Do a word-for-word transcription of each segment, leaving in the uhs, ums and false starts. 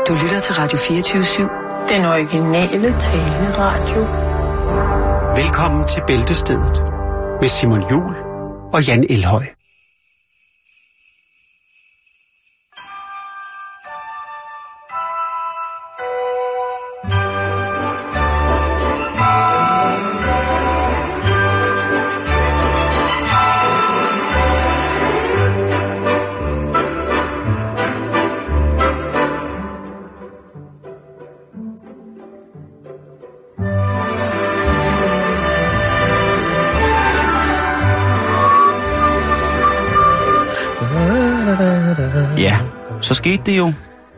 Du lytter til Radio fireogtyve syv. Den originale taleradio. Velkommen til Bæltestedet med Simon Juhl og Jan Elhøj. Ja, så skete det jo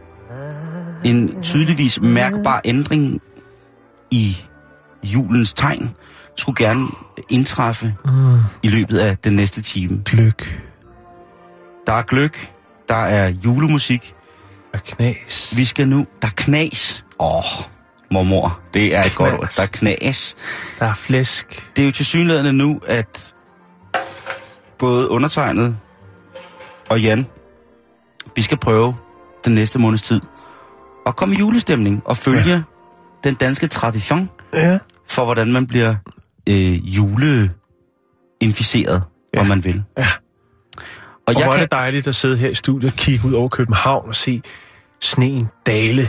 en tydeligvis mærkbar ændring i julens tegn. Skulle gerne indtræffe mm. i løbet af den næste time. Gløk. Der er gløk, der er julemusik. Der er knas. Vi skal nu... Der er knas. Åh, oh, mormor, det er et godt ord. Der er knas. Der er flæsk. Det er jo tilsyneladende nu, at både undertegnet og Jan, vi skal prøve den næste måneds tid at komme i julestemning og følge ja. den danske tradition ja. for, hvordan man bliver øh, juleinficeret, ja. om man vil. Ja. Og, og jeg hvor kan... er det dejligt at sidde her i studiet og kigge ud over København og se sneen dale.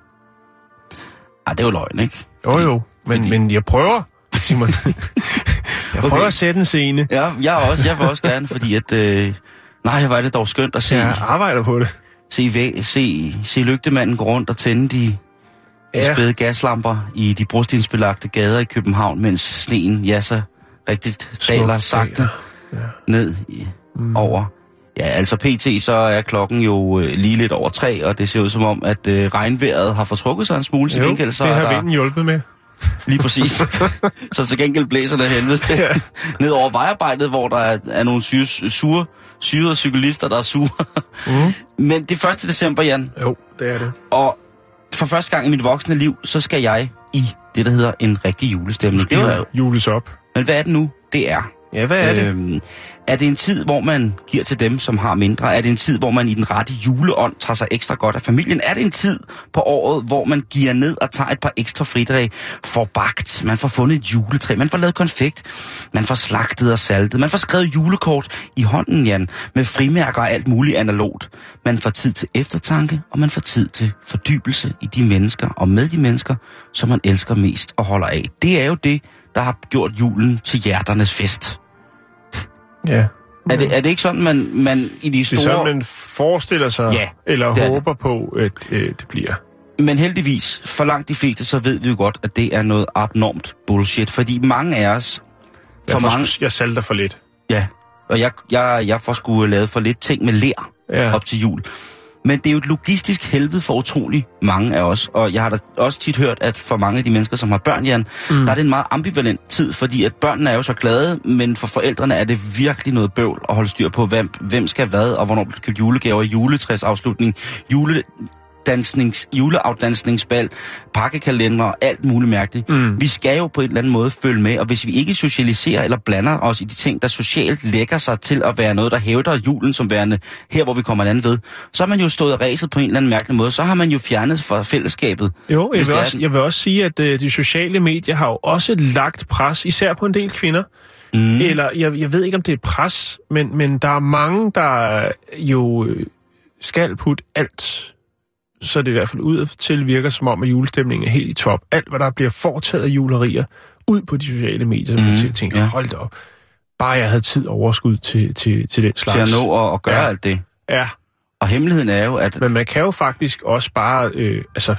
Ej, det er jo løgn, ikke? Fordi, jo, jo, men, fordi... men jeg prøver, Simon. jeg prøver okay. at sætte en scene. Ja, jeg også. Jeg vil også gerne, fordi at... Øh... Nej, hvor er det dog skønt at se... Jeg arbejder på det. Se, se, se lygtemanden gå rundt og tænde de, ja. de spæde gaslamper i de brostensbelagte gader i København, mens sneen, ja, så rigtigt daler sagte ja. ned i, mm. over. Ja, altså pt. Så er klokken jo øh, lige lidt over tre, og det ser ud som om, at øh, regnvejret har fortrukket sig en smule. Til gengæld, så det har der... vinden hjulpet med. Lige præcis. Så til gengæld blæser det helvedes til ja. ned over vejarbejdet, hvor der er, er nogle syre, sure, syrede cyklister, der er sure. Mm. Men det er første december, Jan. Jo, det er det. Og for første gang i mit voksne liv, så skal jeg i det, der hedder en rigtig julestemning. Det var jules op. Men hvad er det nu? Det er. Ja, hvad er øhm, det? Er det en tid, hvor man giver til dem, som har mindre? Er det en tid, hvor man i den rette juleånd tager sig ekstra godt af familien? Er det en tid på året, hvor man giver ned og tager et par ekstra fridage, får bagt, man får fundet et juletræ, man får lavet konfekt, man får slagtet og saltet, man får skrevet julekort i hånden, Jan, med frimærker og alt muligt analogt. Man får tid til eftertanke, og man får tid til fordybelse i de mennesker, og med de mennesker, som man elsker mest og holder af. Det er jo det, der har gjort julen til hjerternes fest. Ja. Er det, er det ikke sådan, man, man i de store... Det er sådan, man forestiller sig, ja, eller håber det. på, at øh, det bliver. Men heldigvis, for langt de fleste, så ved vi jo godt, at det er noget abnormt bullshit. Fordi mange af os... For jeg, mange, jeg salter for lidt. Ja, og jeg, jeg, jeg får sgu lavet for lidt ting med ler ja. op til jul. Men det er jo et logistisk helvede for utrolig mange af os. Og jeg har da også tit hørt, at for mange af de mennesker, som har børn, Jan, mm. der er det en meget ambivalent tid, fordi at børnene er jo så glade, men for forældrene er det virkelig noget bøvl at holde styr på, hvem, hvem skal hvad, og hvornår bliver købt julegaver, juletræsafslutning, jule... Dansnings, juleafdansningsbal, pakkekalender og alt muligt mærkeligt. Mm. Vi skal jo på en eller anden måde følge med, og hvis vi ikke socialiserer eller blander os i de ting, der socialt lægger sig til at være noget, der hævder julen som værende her, hvor vi kommer anden ved, så har man jo stået og ræset på en eller anden mærkelig måde. Så har man jo fjernet fra fællesskabet. Jo, jeg vil, også, jeg vil også sige, at uh, de sociale medier har jo også lagt pres, især på en del kvinder. Mm. Eller, jeg, jeg ved ikke, om det er pres, men, men der er mange, der jo skal putte alt... så det i hvert fald ud til virker som om, at julestemningen er helt i top. Alt, hvad der bliver foretaget af julerier, ud på de sociale medier, som mm, jeg tænker, ja. hold da op. Bare jeg havde tid overskud til, til, til den slags. Til at nå at, at gøre ja. alt det. Ja. Og hemmeligheden er jo, at... Men man kan jo faktisk også bare... Øh, altså,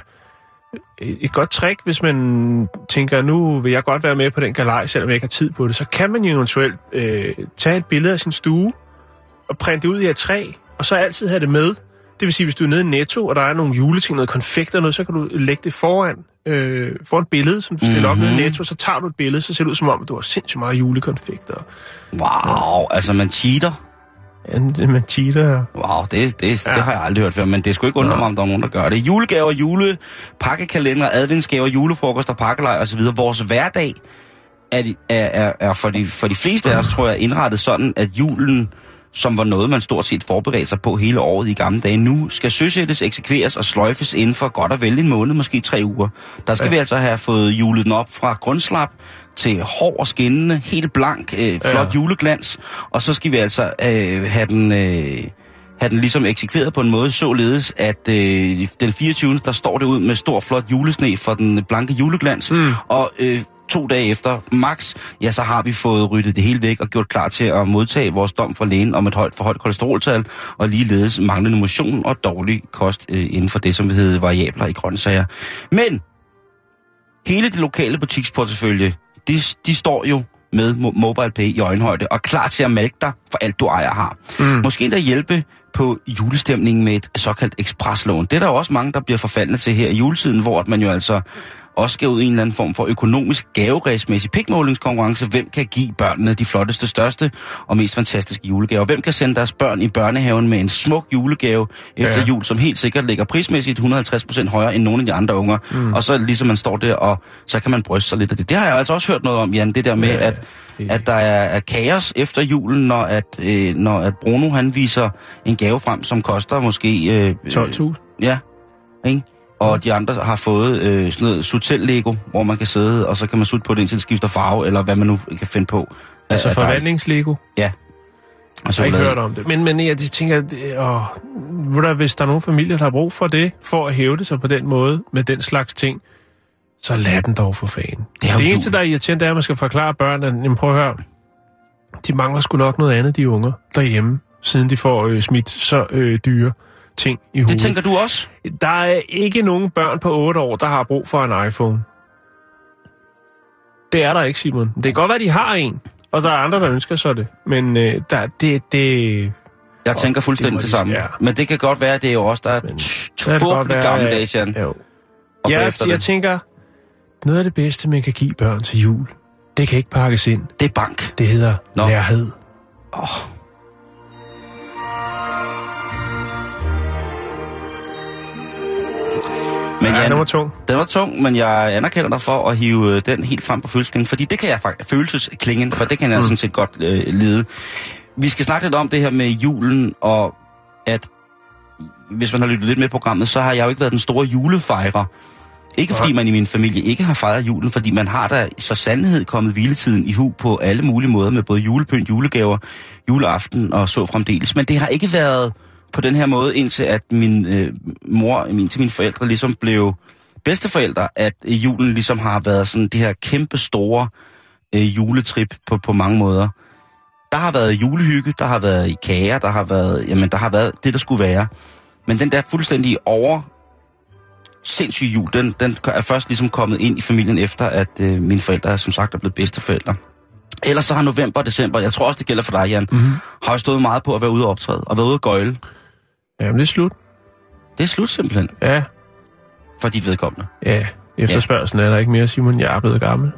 et godt trick, hvis man tænker, nu vil jeg godt være med på den galej, selvom jeg ikke har tid på det, så kan man jo eventuelt øh, tage et billede af sin stue, og printe det ud i et træ, og så altid have det med. Det vil sige, hvis du er nede i Netto, og der er nogle juleting, noget konfekt og noget, så kan du lægge det foran, øh, foran et billede, som du stiller mm-hmm. op nede i Netto, så tager du et billede, så ser det ud som om, at du har sindssygt meget julekonfekter. Wow, ja. Altså man cheater. Ja, man cheater. Wow, det, det, ja. det har jeg aldrig hørt før, men det skulle ikke undre mig, om der er nogen, der gør det. Julegaver, julepakkekalender, adventsgaver, julefrokoster, pakkelej osv. Vores hverdag er, er, er, er for, de, for de fleste af os, tror jeg, indrettet sådan, at julen som var noget, man stort set forberedte sig på hele året i gamle dage. Nu skal søsættes, eksekveres og sløjfes inden for godt og vel en måned, måske tre uger. Der skal ja. vi altså have fået julet den op fra grundslap til hård og skinnende, helt blank, øh, flot ja. juleglans, og så skal vi altså øh, have den... Øh, have den ligesom eksekveret på en måde, således at øh, den fireogtyvende der står det ud med stor, flot julesne for den blanke juleglans, mm. og øh, to dage efter max, ja, så har vi fået ryddet det hele væk og gjort klar til at modtage vores dom fra lægen om et højt for højt kolesteroltal, og ligeledes manglende motion og dårlig kost øh, inden for det, som vi hedder variabler i grøntsager. Men hele det lokale butiksportefølje, de, de står jo med MobilePay i øjenhøjde og klar til at mælke dig for alt du ejer har. Mm. Måske endda hjælpe på julestemningen med et såkaldt ekspreslån. Det er der jo også mange, der bliver forfaldne til her i juletiden, hvor man jo altså også skal ud i en eller anden form for økonomisk gaveræsmæssig pikmålingskonkurrence. Hvem kan give børnene de flotteste, største og mest fantastiske julegaver? Hvem kan sende deres børn i børnehaven med en smuk julegave efter ja. jul, som helt sikkert ligger prismæssigt et hundrede og halvtreds procent højere end nogle af de andre unger? Mm. Og så ligesom man står der, og så kan man bryste sig lidt af det. Det har jeg altså også hørt noget om, Jan, det der med, ja, at, at der er, er kaos efter julen, når at, øh, når at Bruno han viser en gave frem, som koster måske... Øh, tolv tusind? Ja, ikke? Og de andre har fået øh, sådan noget Sutel-Lego, hvor man kan sidde, og så kan man sutte på det, indtil det skifter farve, eller hvad man nu kan finde på. Altså forvandlings-Lego? Ja. Og så jeg har ikke hørt om det. Men, men jeg tænker, at åh, hvis der er nogle familier, der har brug for det, for at hævde sig på den måde, med den slags ting, så lad dem dog for fanden. Det, det eneste, jul. der er irriterende, er, at man skal forklare børn, at jamen, prøv at høre, de mangler sgu nok noget andet, de unger, derhjemme, siden de får øh, smidt så øh, dyre ting i hovedet. Det tænker du også? Der er ikke nogen børn på otte år, der har brug for en iPhone. Det er der ikke, Simon. Det kan godt være, de har en, og der er andre, der ønsker sig det. Men øh, der, det... det jeg tænker fuldstændig det, det samme. Ja. Men det kan godt være, at det er jo også, der er tåbeligt gamle dage, Jan. Ja, jeg, jeg tænker, noget af det bedste, man kan give børn til jul, det kan ikke pakkes ind. Det er bank. Det hedder Nå. nærhed. Åh... Oh. Men ja, Jan, den var tung. Den var tung, men jeg anerkender dig for at hive den helt frem på følelsesklingen, fordi det kan jeg faktisk, følelsesklingen, for det kan jeg mm. sådan set godt øh, lide. Vi skal snakke lidt om det her med julen, og at, hvis man har lyttet lidt med programmet, så har jeg jo ikke været den store julefejrer. Ikke fordi man i min familie ikke har fejret julen, fordi man har da så sandhed kommet hviletiden i hu på alle mulige måder, med både julepynt, julegaver, juleaften og så fremdeles. Men det har ikke været på den her måde, indtil at min øh, mor, min, til mine forældre ligesom blev bedsteforældre, at øh, julen ligesom har været sådan det her kæmpe store øh, juletrip på, på mange måder. Der har været julehygge, der har været i kager, der har været, jamen der har været det, der skulle være. Men den der fuldstændig over sindssyge jul, den, den er først ligesom kommet ind i familien efter, at øh, mine forældre som sagt er blevet bedsteforældre. Ellers så har november og december, jeg tror også det gælder for dig, Jan, mm-hmm. har jo stået meget på at være ude og optræde, og være ude og gøjle. Jamen det er slut. Det er slut simpelthen. Ja. For dit vedkommende. Ja, efterspørgselen ja. er der ikke mere, Simon. Jeg er blevet gammel.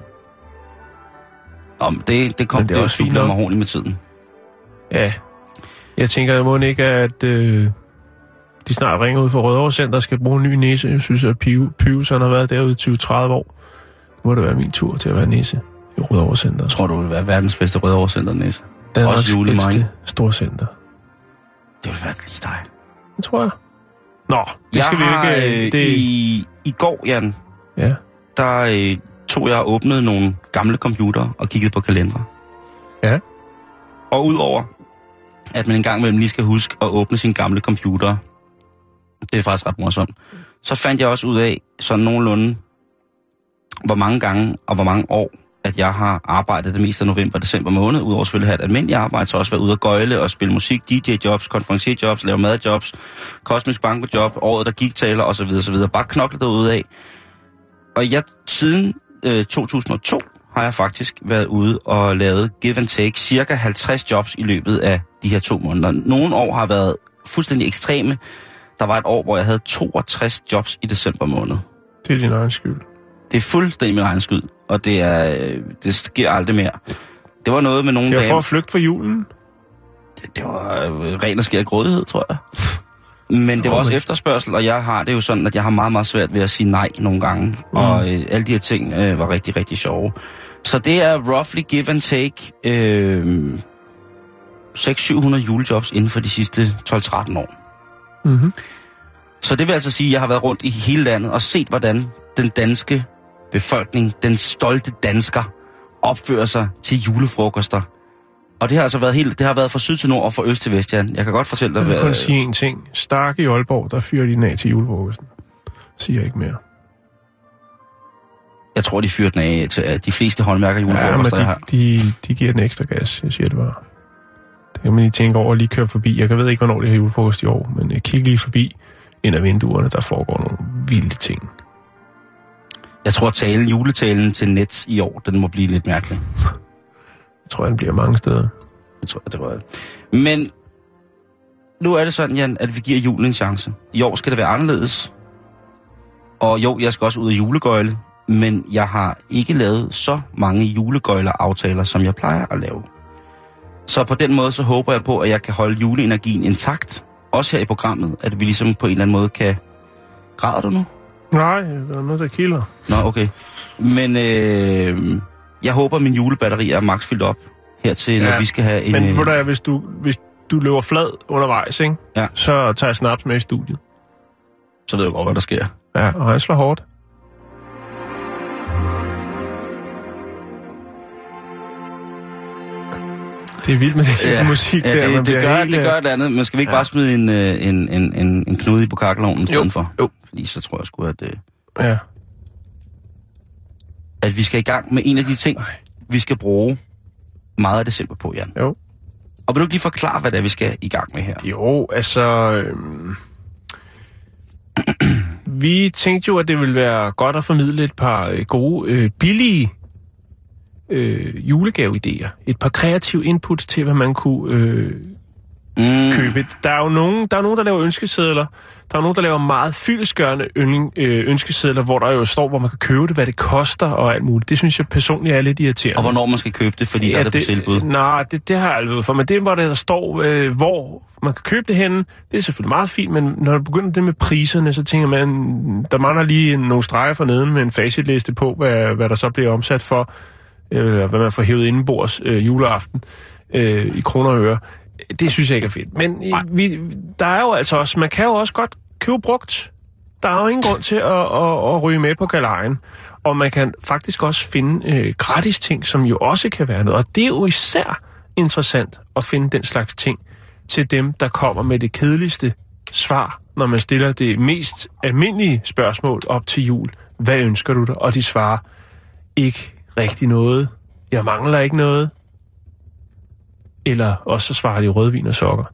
Om det, det kom det, det også fint mig ordentligt med tiden. Ja. Jeg tænker, jeg må ikke, at øh, de snart ringer ud fra Rødovre Center og skal bruge en ny næse. Jeg synes, at Pivus har været derude i tyve til tredive år. Nu må det være min tur til at være næse i Rødovre Center. Tror du, det vil være verdens bedste Rødovre Center næse? Danmarks ældste storcenter. Det vil være lige dig. Det tror jeg. Nå, det jeg skal har, vi ikke... Det... I, I går, Jan, ja. der øh, tog jeg og åbnede nogle gamle computere og kiggede på kalendere. Ja. Og udover, at man engang imellem lige skal huske at åbne sin gamle computer, det er faktisk ret morsomt, så fandt jeg også ud af, sådan nogenlunde, hvor mange gange og hvor mange år, at jeg har arbejdet det meste af november og december måned, udover selvfølgelig at have et almindeligt arbejde, så også være ude og gøjle og spille musik, D J-jobs, konferencierjobs, lave madjobs, kosmisk bankojob, året der gik taler osv. osv. Bare knokle derude af. Og jeg siden øh, to tusind og to har jeg faktisk været ude og lavet give and take cirka halvtreds jobs i løbet af de her to måneder. Nogle år har været fuldstændig ekstreme. Der var et år, hvor jeg havde toogtres jobs i december måned. Det er din egen skyld. Det er fuldstændig min egen skyld, og det er det sker aldrig mere. Det var noget med nogle dage... Det var for at flygte fra julen? Det, det var øh, ren og skær grådighed, tror jeg. Men det var også efterspørgsel, og jeg har det jo sådan, at jeg har meget, meget svært ved at sige nej nogle gange. Mm. Og øh, alle de her ting øh, var rigtig, rigtig sjove. Så det er roughly give and take. Øh, seks til syv hundrede julejobs inden for de sidste tolv til tretten år. Mm-hmm. Så det vil altså sige, at jeg har været rundt i hele landet og set, hvordan den danske befolkning, den stolte dansker, opfører sig til julefrokoster. Og det har altså været helt, det har været fra syd til nord og fra øst til vest, Jan. Jeg kan godt fortælle dig... Jeg vil hvad... kun sige en ting. Stark i Aalborg, der fyrer de den af til julefrokosten. Siger jeg ikke mere. Jeg tror, de fyrer den af til de fleste håndværker julefrokoster, ja, jeg har. De, de giver den ekstra gas, jeg siger det bare. Det kan man lige tænke over og lige køre forbi. Jeg ved ikke, hvornår det har julefrokost i år, men jeg kigger lige forbi ind ad vinduerne, der foregår nogle vilde ting. Jeg tror, at talen, juletalen til Nets i år, den må blive lidt mærkelig. Jeg tror, den bliver mange steder. Jeg tror, det var det. Men nu er det sådan, Jan, at vi giver julen en chance. I år skal det være anderledes. Og jo, jeg skal også ud af julegøjle, men jeg har ikke lavet så mange julegøjler-aftaler, som jeg plejer at lave. Så på den måde, så håber jeg på, at jeg kan holde juleenergien intakt, også her i programmet, at vi ligesom på en eller anden måde kan... Græder du nu? Nej, der er noget, der kilder. Nå, okay. Men øh, jeg håber, at min julebatteri er max fyldt op hertil, ja, når vi skal have en... Men hvor der er, hvis du, hvis du løber flad undervejs, ikke? Ja. Så tager jeg snaps med i studiet. Så ved jeg godt, hvad der sker. Ja, og han slår hårdt. Det er vildt med det ja, musik ja, der. Det, man det, gør, helt... det gør det andet, men skal vi ikke ja. bare smide en, en, en, en, en knude i på kakkelovnen i stedet for? Jo. Fordi så tror jeg sgu, at, ja. at vi skal i gang med en af de ting, Ej. vi skal bruge meget af december på, Jan. Jo. Og vil du ikke lige forklare, hvad det er, vi skal i gang med her? Jo, altså... Øhm... vi tænkte jo, at det ville være godt at formidle et par gode, øh, billige øh, julegaveidéer. Et par kreative inputs til, hvad man kunne øh, mm. købe. Der er jo nogen, der, er nogen, der laver ønskesedler. Der er nogen, der laver meget fyldestgørende ønskesedler, hvor der jo står, hvor man kan købe det, hvad det koster og alt muligt. Det synes jeg personligt er lidt irriterende. Og hvornår man skal købe det, fordi ja, der er det, det på tilbud? Nej, det, det har jeg aldrig ved for. Men det, hvor der står, øh, hvor man kan købe det henne, det er selvfølgelig meget fint, men når du begynder det med priserne, så tænker man, der mangler lige nogle streger for neden med en facitliste på, hvad, hvad der så bliver omsat for, øh, hvad man får hævet indenbords øh, juleaften øh, i kroner og øre. Det synes jeg ikke er fedt. Men vi, der er jo altså også, man kan jo også godt købe brugt. Der er jo ingen grund til at, at, at ryge med på galejen. Og man kan faktisk også finde øh, gratis ting, som jo også kan være noget. Og det er jo især interessant at finde den slags ting til dem, der kommer med det kedeligste svar, når man stiller det mest almindelige spørgsmål op til jul. Hvad ønsker du dig? Og de svarer, ikke rigtig noget. Jeg mangler ikke noget. Eller også så svarer de rødvin og sokker.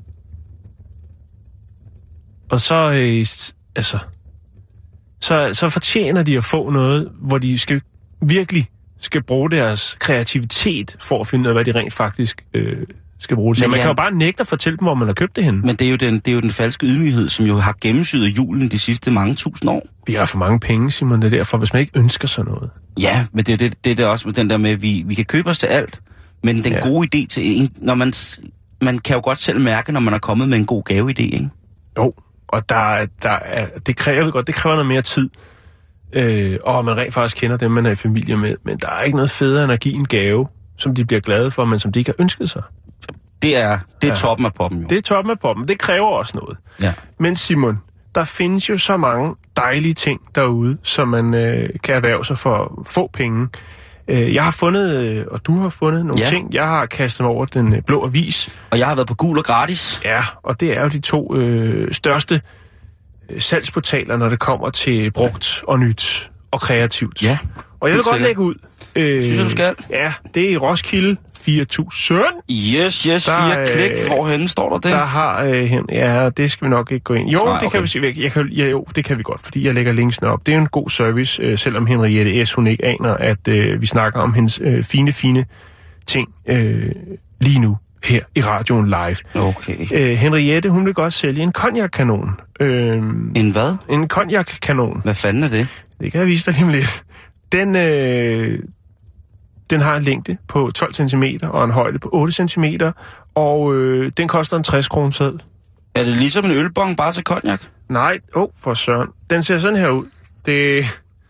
Og så, øh, altså, så, så fortjener de at få noget, hvor de skal, virkelig skal bruge deres kreativitet for at finde ud af, hvad de rent faktisk øh, skal bruge det til. Man kan jo bare nægte at fortælle dem, hvor man har købt det henne. Men det er jo den, det er jo den falske ydmyghed, som jo har gennemsyret julen de sidste mange tusind år. Vi har for mange penge, Simon, det er derfor, hvis man ikke ønsker sig noget. Ja, men det er det, det, det er også med den der med, at vi, vi kan købe os til alt. Men den ja. gode idé til en, når man, man kan jo godt selv mærke, når man er kommet med en god gaveidé, ikke? Jo, og der, der er, det kræver godt, det kræver noget mere tid. Øh, og man rent faktisk kender dem, man er i familie med. Men der er ikke noget federe end at give en gave, som de bliver glade for, men som de ikke har ønsket sig. Det er, det er ja. toppen af poppen, jo. Det er toppen af poppen. Det kræver også noget. Ja. Men Simon, der findes jo så mange dejlige ting derude, som man øh, kan erhverve sig for få penge. Jeg har fundet, og du har fundet nogle ja. ting. Jeg har kastet mig over den blå avis. Og jeg har været på Gul og Gratis. Ja, og det er jo de to øh, største øh, salgsportaler, når det kommer til brugt og nyt og kreativt. Ja. Og jeg vil godt lægge ud. Øh, Synes jeg, du skal? Ja, det er i Roskilde fire tusind. Yes, yes, der, fire klik. Øh, Hvorhenne står der det? Der har øh, hen, ja, det skal vi nok ikke gå ind. Jo, Nej, det okay. kan vi se. Jeg kan, ja, jo, det kan vi godt, fordi jeg lægger linksene op. Det er en god service, øh, selvom Henriette S. hun ikke aner, at øh, vi snakker om hendes øh, fine, fine ting øh, lige nu her i radioen live. Okay. Øh, Henriette, hun vil godt sælge en cognac-kanon. Øh, en hvad? En cognac-kanon. Hvad fanden er det? Det kan jeg vise dig lige om lidt. Den... Øh, Den har en længde på tolv centimeter og en højde på otte centimeter, og øh, den koster en tres kroner seddel. Er det ligesom en ølbong bare til cognac? Nej, åh, oh, for søren. Den ser sådan her ud. Det,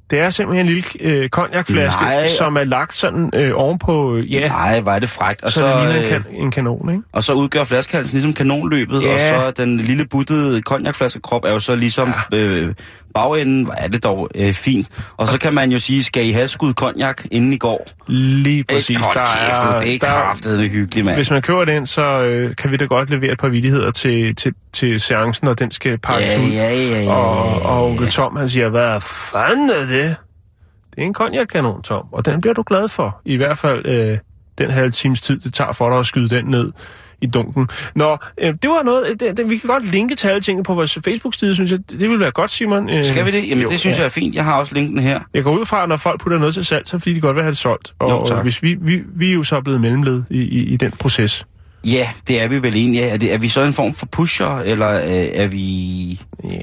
Det er simpelthen en lille øh, konjakflaske, som er lagt sådan øh, ovenpå... Øh, ja, nej, hvor er det frækt. Og så, så det ligner en, kan, en kanon, ikke? Og så udgør flaskehalsen ligesom kanonløbet, ja. Og så den lille buttede konjakflaskekrop er jo så ligesom ja. øh, bagenden. Hvor er det dog øh, fint. Og så kan man jo sige, skal I have skud konjak inden I går? Lige præcis. Et, der er, det er kraftedeme hyggeligt, mand. Hvis man køber den, så øh, kan vi da godt levere et par vittigheder til, til, til seancen, og den skal pakkes ja, ud. Ja, ja, ja, og, og onkel Tom, han siger, hvad fanden er det? Det er en konjakkanon, Tom, og den bliver du glad for. I hvert fald øh, den halve times tid, det tager for dig at skyde den ned i dunken. Nå, øh, det var noget, det, det, vi kan godt linke til alle tingene på vores Facebook-side, synes jeg. Det ville være godt, Simon. Øh, Skal vi det? Jamen, jo, det synes ja. jeg er fint. Jeg har også linken her. Jeg går ud fra, når folk putter noget til salg, så fordi de godt vil have det solgt. Og, jo, og hvis vi, vi, vi er jo så blevet mellemled i, i, i den proces. Ja, det er vi vel egentlig. Er, det, er vi så en form for pusher, eller er, er vi...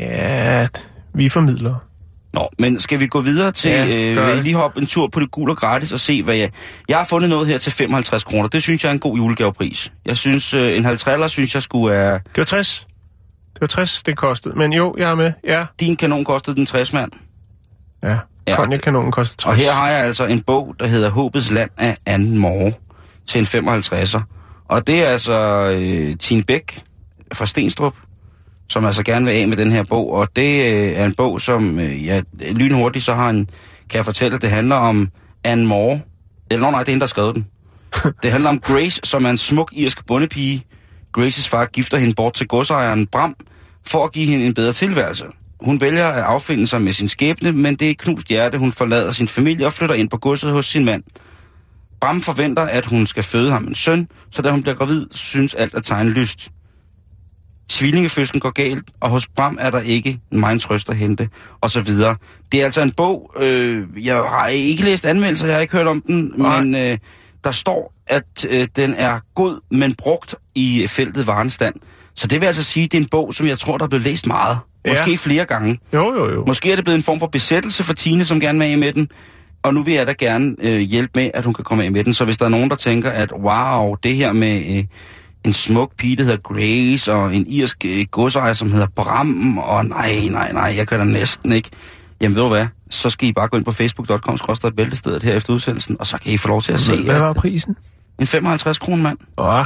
Ja, vi formidler. Nå, men skal vi gå videre til... Ja, øh, vil I lige hoppe en tur på det gule og gratis og se, hvad jeg... Jeg har fundet noget her til femoghalvtreds kroner. Det synes jeg er en god julegavepris. Jeg synes, øh, en halvtredser synes jeg skulle er... Det var tres. Det var tres, det kostede. Men jo, jeg er med, ja. Din kanon kostede den tres, mand. Ja, ja konjakkanonen kostede tres. Og her har jeg altså en bog, der hedder Håbets Land af Anne Moore til en femoghalvtredser. Og det er altså øh, Tine Bæk fra Stenstrup, som altså gerne vil af med den her bog. Og det øh, er en bog, som øh, ja, lynhurtigt så har en, kan jeg fortælle, at det handler om Anne Moore. Eller nej, nej, det er hende, der skrev den. Det handler om Grace, som er en smuk irsk bondepige. Graces far gifter hende bort til godsejeren Bram, for at give hende en bedre tilværelse. Hun vælger at affinde sig med sin skæbne, men det er et knust hjerte, hun forlader sin familie og flytter ind på godset hos sin mand. Bram forventer, at hun skal føde ham en søn, så da hun bliver gravid, synes alt at tegne lyst. Tvillingefødslen går galt, og hos Bram er der ikke en megen trøst at hente, og så videre. Det er altså en bog, øh, jeg har ikke læst anmeldelser, jeg har ikke hørt om den, Nej. men øh, der står, at øh, den er god, men brugt i feltet varenstand. Så det vil altså sige, at det er en bog, som jeg tror, der er blevet læst meget. Måske ja. flere gange. Jo, jo, jo. Måske er det blevet en form for besættelse for Tine, som gerne vil af med den. Og nu vil jeg da gerne øh, hjælpe med, at hun kan komme af med den. Så hvis der er nogen, der tænker, at wow, det her med øh, en smuk pige, der hedder Grace, og en irsk øh, godsejer, som hedder Bram, og nej, nej, nej, jeg kan da næsten ikke. Jamen ved du hvad, så skal I bare gå ind på facebook punktum com skråstreg bæltestedet her efter udsendelsen, og så kan I få lov til at se. Hvad var prisen? En femoghalvtreds kroner, mand. Åh.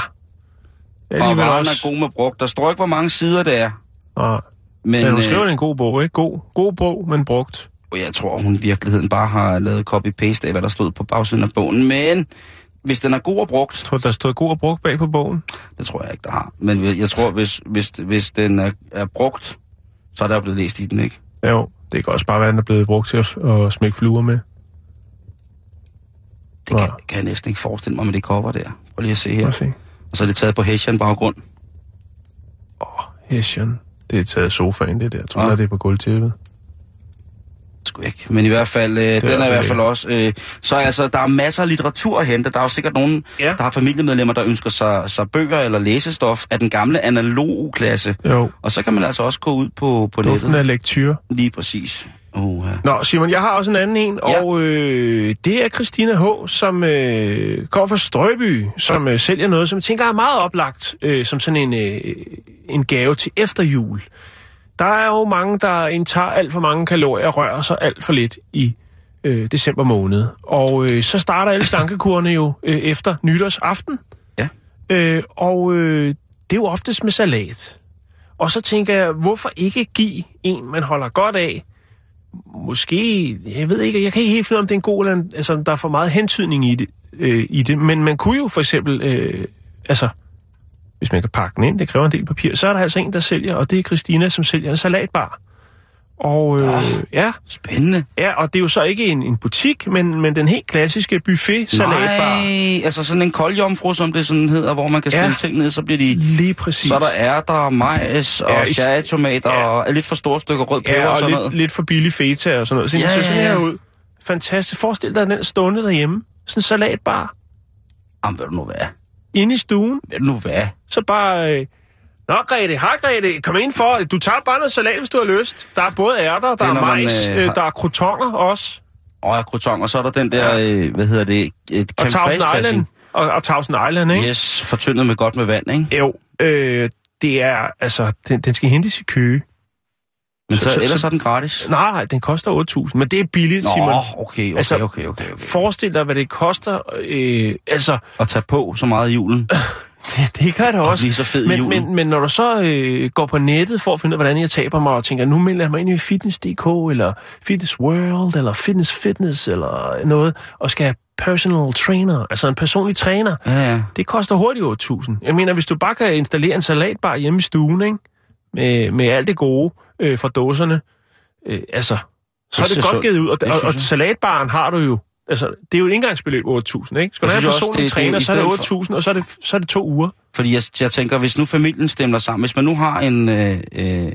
Og varen er god med brugt. Der står ikke, hvor mange sider det er. Åh. Men, men hun skriver øh, en god bog, ikke? God, god bog, men brugt. Og jeg tror, hun i virkeligheden bare har lavet copy-paste af, hvad der stod på bagsiden af bogen. Men hvis den er god og brugt... Tror du, der stod god og brugt bag på bogen? Det tror jeg ikke, der har. Men jeg tror, hvis, hvis, hvis den er, er brugt, så er der blevet læst i den, ikke? Jo, det kan også bare være, at den er blevet brugt til at, at smække fluer med. Det kan, kan jeg næsten ikke forestille mig med det cover der. Prøv lige at se her. Se. Og så er det taget på Hessian baggrund. Åh, oh, Hessian. Det er taget sofaen, det der. Jeg tror, ja. Det er på gulvtæppet. Sgu ikke. Men i hvert fald, øh, den er, er i hvert fald også... Øh, så altså, der er masser af litteratur at hente. Der er jo sikkert nogen, ja. der har familiemedlemmer, der ønsker sig, sig bøger eller læsestof af den gamle analogklasse. Jo. Og så kan man altså også gå ud på, på nettet. Duften af lektyr. Lige præcis. Uh, ja. Nå, Simon, jeg har også en anden en, ja. og øh, det er Christina H., som øh, kommer fra Strøby, som øh, sælger noget, som jeg tænker er meget oplagt, øh, som sådan en, øh, en gave til efter jul. Der er jo mange, der indtager alt for mange kalorier og rører sig alt for lidt i øh, december måned. Og øh, så starter alle slankekurene jo øh, efter nytårsaften. Ja. Øh, og øh, det er jo oftest med salat. Og så tænker jeg, hvorfor ikke give en, man holder godt af, måske, jeg ved ikke, jeg kan ikke helt finde, om det er en god, eller en, altså, der er for meget hentydning i det, øh, i det, men man kunne jo for eksempel, øh, altså, hvis man kan pakke den ind, det kræver en del papir, så er der altså en, der sælger, og det er Christina, som sælger en salatbar. Og øh, oh, ja. Spændende. Ja, og det er jo så ikke en, en butik, men, men den helt klassiske buffet-salatbar. Nej, altså sådan en koldjomfru, som det sådan hedder, hvor man kan stille ja, ting ned, så bliver de... Lige præcis. Så er der ærter, majs og ja, cherrytomater ja, og lidt for store stykker rød peber ja, og, og sådan lidt, noget. lidt for billig feta og sådan noget. Så ja, det ser sådan her ud. Fantastisk. Forestil dig den stående derhjemme. Sådan en salatbar. Jamen, ved du nu hvad? Inde i stuen. Ved du nu hvad? Så bare... Øh, Nå, Grete, hej Grete, kom ind for. Du tager bare noget salat, hvis du har lyst. Der er både ærter, der er, er majs, man, øh, øh, der er croutons også. Åh, ja, croutons, og så er der den der, øh, hvad hedder det, et og Thousand Island. Og, og Thousand Island, ikke? Yes, fortyndet med godt med vand, ikke? Jo, øh, det er, altså, den, den skal hentes i Køge. Men så, så, ellers så er den gratis? Nej, den koster otte tusind, men det er billigt, Nå, Simon. okay, okay, altså, okay, okay, okay. Forestil dig, hvad det koster, øh, altså... At tage på så meget i julen. det, det gør det også. Og så fed i men, julen. men, men når du så øh, går på nettet for at finde ud af, hvordan jeg taber mig, og tænker, nu melder jeg mig ind i Fitness punktum d k, eller Fitness World, eller Fitness Fitness, eller noget, og skal have personal trainer, altså en personlig træner, ja, ja. Det koster hurtigt otte tusind. Jeg mener, hvis du bare kan installere en salatbar hjemme i stuen, ikke? Med, med alt det gode øh, fra dåserne, øh, altså, så er det, det godt så, givet ud. Og, og, og salatbaren har du jo, altså, det er jo et indgangsbeløb otte tusind, ikke? Skal du have en personlig også, træner, det, så er det otte tusind, for... og så er det, så er det to uger. Fordi jeg, jeg tænker, hvis nu familien stemmer sammen, hvis man nu har en, øh, øh,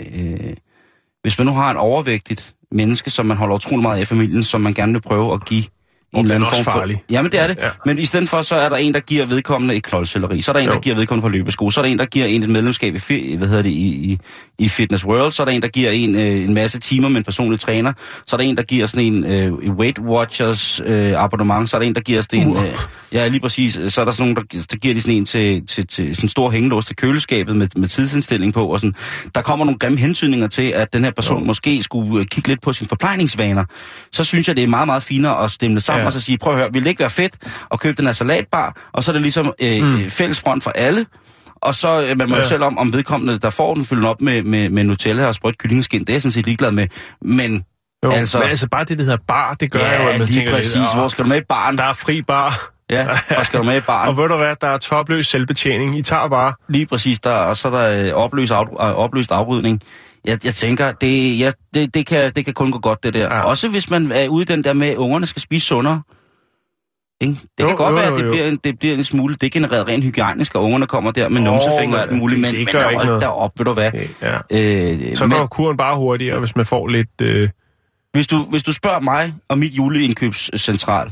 hvis man nu har en overvægtigt menneske, som man holder utrolig meget af familien, som man gerne vil prøve at give en eller anden form for... Jamen det er det. Ja. Men i stedet for, så er der en, der giver vedkommende et knoldcelleri. Så er der en, jo. der giver vedkommende på løbesko. Så er der en, der giver en et medlemskab i, hvad hedder det, i, i, i Fitness World. Så er der en, der giver en øh, en masse timer med en personlig træner. Så er der en, der giver sådan en øh, Weight Watchers øh, abonnement. Så er der en, der giver sådan en... Øh, ja, lige præcis. Så er der sådan nogen, der, der giver de sådan en til, til, til sådan en stor hængelås til køleskabet med, med tidsindstilling på. Og sådan. Der kommer nogle grimme hentydninger til, at den her person jo. måske skulle kigge lidt på sine forplejningsvaner. Så synes jeg, det er meget, meget finere at stemme sammen. Ja. Og så sige, prøv at høre, vil det ikke være fedt at købe den her salatbar, og så er det ligesom øh, mm. fællesfront for alle, og så øh, man må ja. jo selv om, om vedkommende, der får den, fylder op med, med, med Nutella og sprøjt kyllingeskin, det er jeg sådan set ligeglad med, men jo, altså... Men altså bare det, der hedder bar, det gør ja, jo, at man lige tænker præcis, lidt, hvor skal du med i baren? Der er fri bar. Ja, og skal du med i baren? Og ved du hvad, der er topløs selvbetjening, I tager bare. Lige præcis, der, og så er der øh, opløst, af, øh, opløst afbrydning. Jeg, jeg tænker, det, ja, det, det, kan, det kan kun gå godt, det der. Ja. Også hvis man er ude i den der med, at ungerne skal spise sundere. Ikke? Det jo, kan godt jo, være, at det bliver, en, det bliver en smule degenereret rent hygiejnisk, og ungerne kommer der med oh, numsefinger og alt muligt, men, men hold derop, ved du hvad. Okay, ja. øh, så går men, kuren bare hurtigere, hvis man får lidt... Øh... Hvis, du, hvis du spørger mig og mit juleindkøbscentral,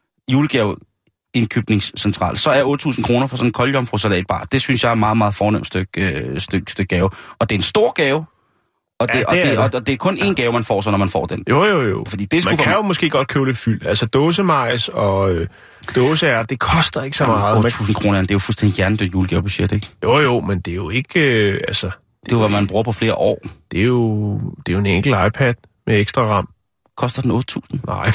julegaveindkøbningscentral, så er otte tusind kroner for sådan en koldjomfru-salatbar. Det synes jeg er et meget, meget fornemt stykke, øh, stykke, stykke gave. Og det er en stor gave. Og det, ja, det, og, det, og, og det er kun én ja. gave, man får så, når man får den. Jo, jo, jo. Fordi det man kan for... jo måske godt købe lidt fyld. Altså dåsemajs og øh, dåseær, det koster ikke så meget. otte tusind kroner, det er jo fuldstændig hjernedødt julegavebudget, ikke? Jo, jo, men det er jo ikke... Øh, altså, det, det er jo, hvad man bruger på flere år. Det er jo, det er jo en enkelt iPad med ekstra RAM. Koster den otte tusind? Nej.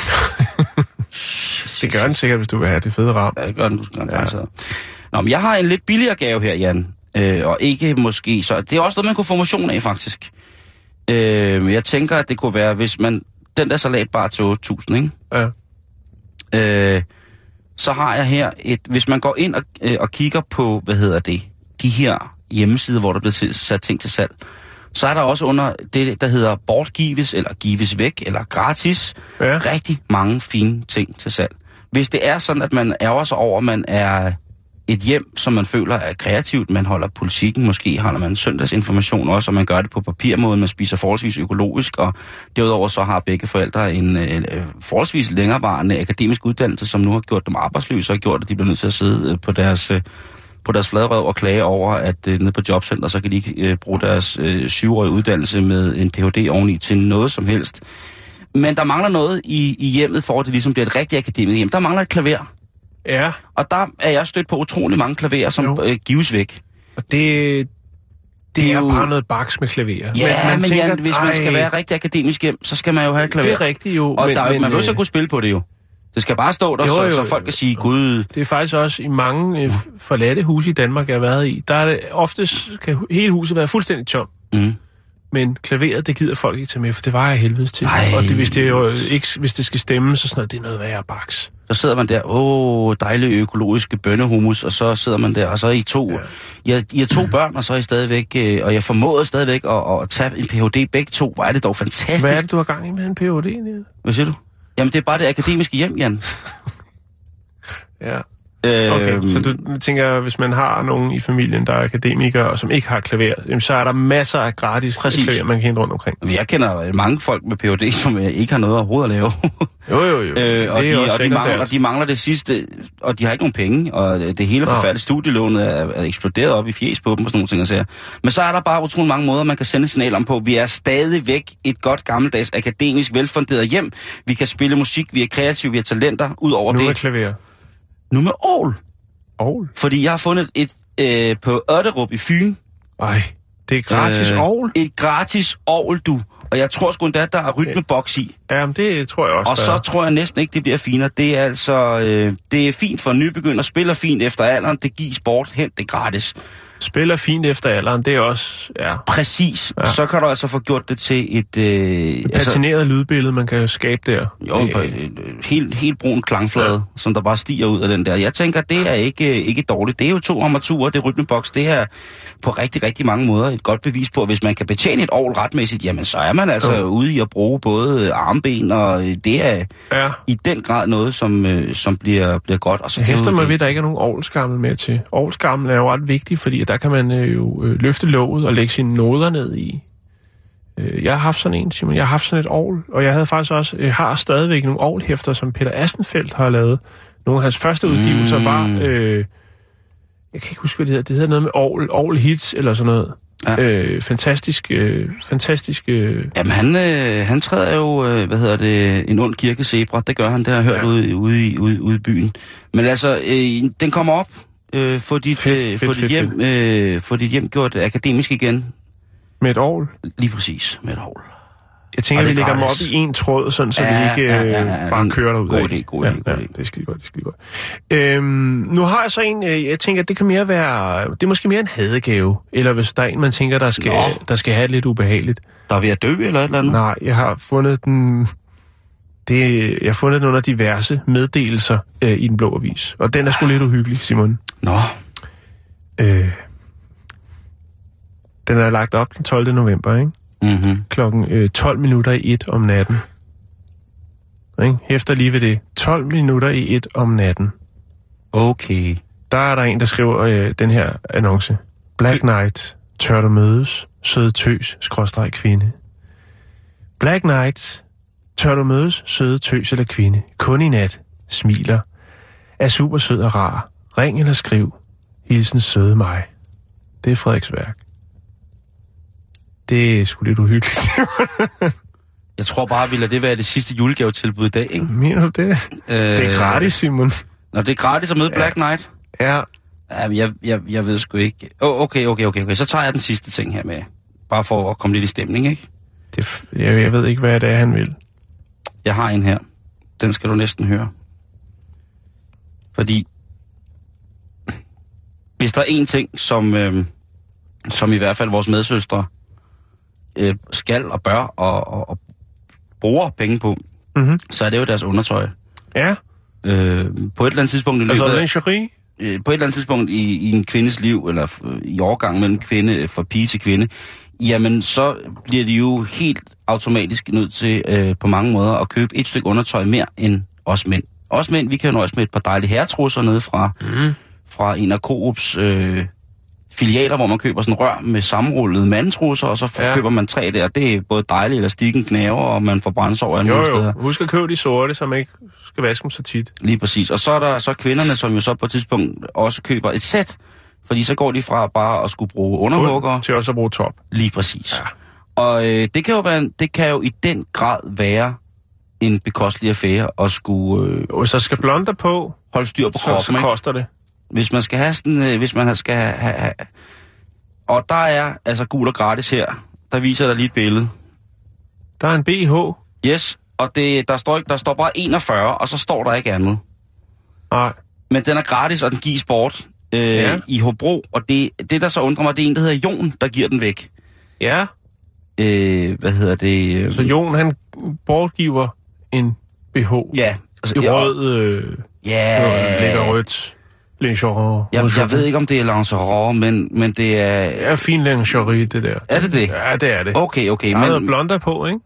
Det gør den sikkert, hvis du vil have det fede RAM. Ja, det gør den, du skal ja. Nå, men jeg har en lidt billigere gave her, Jan. Øh, og ikke måske... Så det er også noget, man kunne få motion af, faktisk. Øh, jeg tænker, at det kunne være, hvis man... Den der salatbar til otte tusind, ikke? Ja. Øh, så har jeg her et... Hvis man går ind og, øh, og kigger på, hvad hedder det? De her hjemmesider, hvor der bliver sat ting til salg. Så er der også under det, der hedder bortgives, eller gives væk, eller gratis. Ja. Rigtig mange fine ting til salg. Hvis det er sådan, at man ærger sig over, at man er... et hjem, som man føler er kreativt, man holder politikken, måske holder man søndagsinformation også, og man gør det på papirmåden, man spiser forholdsvis økologisk, og derudover så har begge forældre en øh, forholdsvis længerevarende akademisk uddannelse, som nu har gjort dem arbejdsløse, og gjort, at de bliver nødt til at sidde på deres, øh, på deres fladrøv og klage over, at øh, nede på jobcenter, så kan de ikke øh, bruge deres øh, syvårige uddannelse med en P H D oveni til noget som helst. Men der mangler noget i, i hjemmet, for at det ligesom bliver et rigtigt akademisk hjem. Der mangler et klaver. Ja. Og der er jeg stødt på utrolig mange klaverer, som øh, gives væk. Og det, det, det er jo bare noget baks med klaverer. Ja, men, man men tænker, Jan, hvis man skal være rigtig akademisk hjem, så skal man jo have et klaver. Det er rigtigt jo. Og men, der, men, man vil jo så kunne spille på det jo. Det skal bare stå der, jo, jo, så, så folk kan sige, gud... Det er faktisk også i mange øh, forladte huse i Danmark, jeg har været i. Der er det oftest, kan hele huset være fuldstændig tom. Mm. Men klaveret, det gider folk ikke tage med, for det var jeg helvedes til. Ej. Og det, hvis, det jo ikke, hvis det skal stemme, så sådan noget, det er noget værre baks. Så sidder man der, åh, dejlig økologiske bønnehumus, og så sidder man der, og så er I to, ja. I, I er to børn, og så er I stadigvæk, øh, og jeg formåede stadigvæk at, at tage en P H D begge to. Hvor er det dog fantastisk. Hvad er det, du har gang i med en P H D? Hvad siger du? Jamen, det er bare det akademiske hjem, Jan. Ja. Okay, øhm, så du tænker, hvis man har nogen i familien, der er akademikere, og som ikke har klaver, så er der masser af gratis klaver, man kan hente rundt omkring. Jeg kender mange folk med P H D, som ikke har noget overhovedet at lave. Jo, jo, jo. øh, og, de, og, de mangler, og de mangler det sidste, og de har ikke nogen penge, og det hele forfærdelige studielånet er, er eksploderet op i fjes på dem og sådan nogle ting. Og sager. Men så er der bare utrolig mange måder, man kan sende signal om på. Vi er stadigvæk et godt gammeldags, akademisk, velfunderet hjem. Vi kan spille musik, vi er kreative, vi har talenter, ud over nu det. Nu med klaver. Nu med ål. Ål? Fordi jeg har fundet et øh, på Ørterup i Fyn. Ej, det er gratis øh, ål? Et gratis ål, du. Og jeg tror sgu endda, at der er rytmeboks i. Ja, men det tror jeg også. Og så er. tror jeg næsten ikke, det bliver finere. Det er altså, øh, det er fint for nybegynder, spiller fint efter alderen, det giver sport, hent det gratis. Spiller fint efter alderen, det er også, ja. Præcis. Ja. Så kan du altså få gjort det til et... Øh, et patineret altså, lydbillede, man kan skabe der. Jo, det, på et, et, et helt, helt brun klangflade, ja. Som der bare stiger ud af den der. Jeg tænker, det er ikke, ikke dårligt. Det er jo to armaturer, det rytmeboks, det er på rigtig, rigtig mange måder et godt bevis på, at hvis man kan betjene et orgel retmæssigt, jamen så er man altså ja. ude i at bruge både armben, og det er ja. i den grad noget, som, som bliver, bliver godt. Og så jeg hæfter mig ved, at der ikke er nogen orgelskammel med til. Orgelskammel er jo ret vigtig, fordi der kan man øh, jo øh, løfte låget og lægge sine noder ned i. Øh, jeg har haft sådan en, Simon. Jeg har haft sådan et orgel, og jeg havde faktisk også, øh, har stadigvæk nogle orgelhæfter, som Peter Astenfeldt har lavet. Nogle af hans første udgivelser mm. var, øh, jeg kan ikke huske, hvad det hedder, det hedder noget med orgel, orgelhits eller sådan noget. Ja. Øh, fantastisk, øh, fantastisk... Øh... Jamen han, øh, han træder jo, øh, hvad hedder det, en ond kirkezebra, det gør han, det har jeg hørt ja. ude, ude, i, ude, ude i byen. Men altså, øh, den kommer op. Øh, få dit, fedt, øh, fedt, dit hjem, øh, få dit hjem gjort akademisk igen. Med et orgel? Lige præcis, med et orgel. Jeg tænker, vi lægger dem op i en tråd, sådan, så ja, vi ikke ja, ja, ja, bare kører derud. God idé, god idé, ja, god idé. Ja, det er skide godt, det er skide godt. Øhm, nu har jeg så en, jeg tænker, det kan mere være, det er måske mere en hadegave, eller hvis der er en, man tænker, der skal, der skal have lidt ubehageligt. Der er ved at dø, eller et eller andet? Nej, jeg har fundet den... Det, jeg har fundet den under diverse meddelelser øh, i Den Blå Avis. Og den er sgu lidt uhyggelig, Simon. Nå. Øh, den er lagt op den tolvte november, ikke? Mm-hmm. Klokken øh, tolv minutter i et om natten. Ikke? Hæfter lige ved det. tolv minutter i et om natten. Okay. Der er der en, der skriver øh, den her annonce. Black Knight, tør du mødes, søde tøs, skråstreg kvinde. Black Knight... Tør du mødes, søde tøs eller kvinde, kun i nat, smiler, er super sød og rar, ring eller skriv, hilsen søde mig. Det er Frederiksværk. Det er sgu lidt uhyggeligt. Jeg tror bare, vi lader det være det sidste julegavetilbud i dag, ikke? Mener du det? Øh... Det er gratis, Simon. Nå, det er gratis at møde ja. Black Knight? Ja. Jamen, jeg, jeg, jeg ved sgu ikke. Oh, okay, okay, okay, okay. Så tager jeg den sidste ting her med. Bare for at komme lidt i stemning, ikke? Det f- jeg, jeg ved ikke, hvad det er, han vil. Jeg har en her. Den skal du næsten høre. Fordi hvis der er en ting, som, øh, som i hvert fald vores medsøstre øh, skal og bør og, og, og bruger penge på, mm-hmm. så er det jo deres undertøj. Ja. Øh, på et eller andet tidspunkt i løbet altså lingerie? Øh, på et eller andet tidspunkt i, i en kvindes liv, eller øh, i overgang mellem kvinde, fra pige til kvinde, jamen så bliver de jo helt automatisk nødt til øh, på mange måder at købe et stykke undertøj mere end os mænd. Os mænd, vi kan jo nøjes med et par dejlige herretrusser nede fra, mm. fra en af Coops øh, filialer, hvor man køber sådan rør med sammenrullede mandetrusser, og så ja. køber man tre der. Det er både dejligt, elastikken knæver, og man får brændsår af nogle steder. Husk at købe de sorte, så man ikke skal vaske dem så tit. Lige præcis. Og så er der så kvinderne, som jo så på et tidspunkt også køber et sæt, fordi så går de fra bare at skulle bruge underhugger til også at bruge top. Lige præcis. Ja. Og øh, det kan jo være, det kan jo i den grad være en bekostelig affære at skulle øh, hvis der skal blonder på, holde styr på så, kroppen, så koster det. Hvis man skal have sådan, øh, hvis man skal have, have, have, og der er altså gul og gratis her. Der viser der lige et billede. Der er en B H. Yes, og det der står der står bare enogfyrre, og så står der ikke andet. Nej. Men den er gratis, og den gives bort øh, ja. i Hobro, og det det der så undrer mig, det er en der hedder Jon, der giver den væk. Ja. Øh, hvad hedder det? Øh... Så Jon, han bortgiver en B H. Ja. Altså, i rød, øh, ja. Lækker rødt. Lingerie. Jeg, jeg ved ikke, om det er lingerie, men, men det er... Ja, fin lingerie, det der. Er det det? Ja, det er det. Okay, okay. Der er men... noget blonder på, ikke?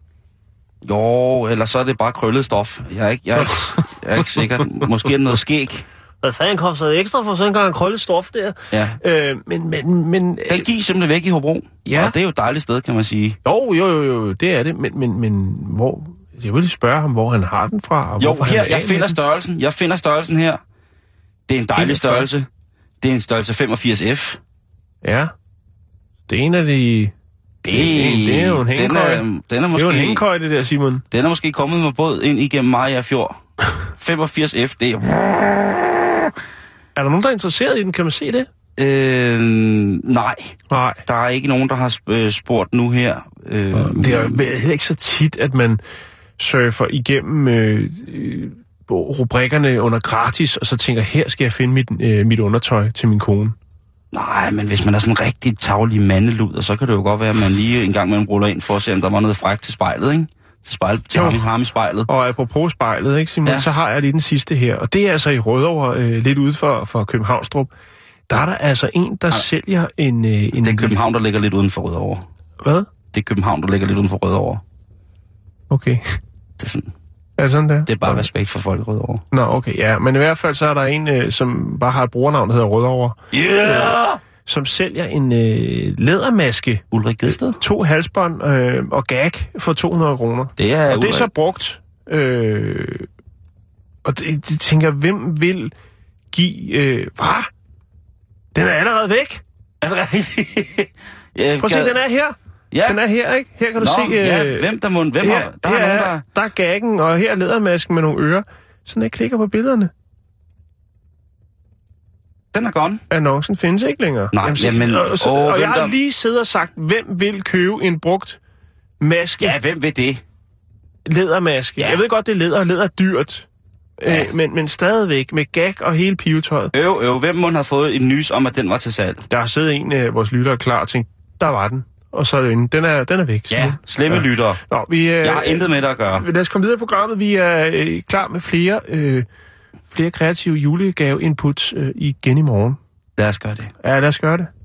Jo, eller så er det bare krøllet stof. Jeg er ikke, jeg er ikke, jeg er ikke sikker. Måske er det noget skæg. Hvad fanden koster det ekstra for sådan en gang krøllet stof der? Ja. Øh, men, men, men... Den gives simpelthen væk i Hobro. Ja. Og det er jo et dejligt sted, kan man sige. Jo, jo, jo, jo, det er det. Men, men, men hvor... Jeg vil spørge ham, hvor han har den fra. Og jo, her, jeg finder størrelsen. Jeg finder størrelsen her. Det er en dejlig størrelse. Det er en størrelse femogfirs F. Ja. Det er en af de... Det, det, det er jo en hængekøj. Den er, den er måske, det er jo en hængekøj, det der, Simon. Den er måske kommet med båd ind igennem Maja Fjord. femogfirs F, det er... Er der nogen, der er interesseret i den? Kan man se det? Øh, nej. Nej. Der er ikke nogen, der har spurgt nu her. Øh, det er jo heller ikke så tit, at man surfer igennem øh, øh, rubrikkerne under gratis, og så tænker, her skal jeg finde mit, øh, mit undertøj til min kone. Nej, men hvis man er sådan en rigtig tavlig mandelud, så kan det jo godt være, at man lige en gang mellem ruller ind for at se, om der var noget frækt til spejlet, ikke? Til, spejl, til ham, ham i spejlet. Og apropos spejlet, ikke, Simon, ja. Så har jeg lige den sidste her. Og det er altså i Rødovre, øh, lidt ude for, for Københavnstrup. Der er der altså en, der ja. sælger en, øh, en... Det er København, der ligger lidt uden for Rødovre. Hvad? Det er København, der ligger lidt uden for Rødovre. Okay. Det er sådan... Er det sådan der? Det er bare okay. Respekt for folk i Rødovre. Nå, okay, ja. Men i hvert fald så er der en, øh, som bare har et brugernavn, der hedder Rødovre. Yeah! Øh, som sælger en øh, lædermaske. Ulrik Gedsted? To halsbånd øh, og gag for to hundrede kroner. Det er og det er så brugt. Øh, og det, de tænker, hvem vil give... Øh, hvad? Den er allerede væk. Er det rigtigt? Ja, prøv at se, den er her. Ja. Den er her, ikke? Her kan du Nå, se... Øh, ja, hvem der må... Hvem her, har, der her er nogen, der... Er, der er gaggen, og her er lædermasken med nogle ører. Så når jeg klikker på billederne... Den er gone. Annoncen findes ikke længere. Nej, jamen, så, jamen... Og, så, åh, og jeg har der... lige siddet og sagt, hvem vil købe en brugt maske? Ja, hvem vil det? Lædermaske. Ja. Jeg ved godt, det er læder, læder er dyrt. Ja. Øh, men, men stadigvæk med gag og hele pivetøjet. Øv, øv. Hvem må have fået en nys om, at den var til salg? Der har siddet en af vores lyttere klar og tænkt, der var den. Og så er den, den er, den er væk. Ja, slemme ja. lyttere. Nå, vi, øh, jeg har intet med det at gøre. Lad os komme videre i programmet. Vi er øh, klar med flere, øh, flere kreative julegave-inputs øh, igen i morgen. Lad os gøre det. Ja, lad os gøre det.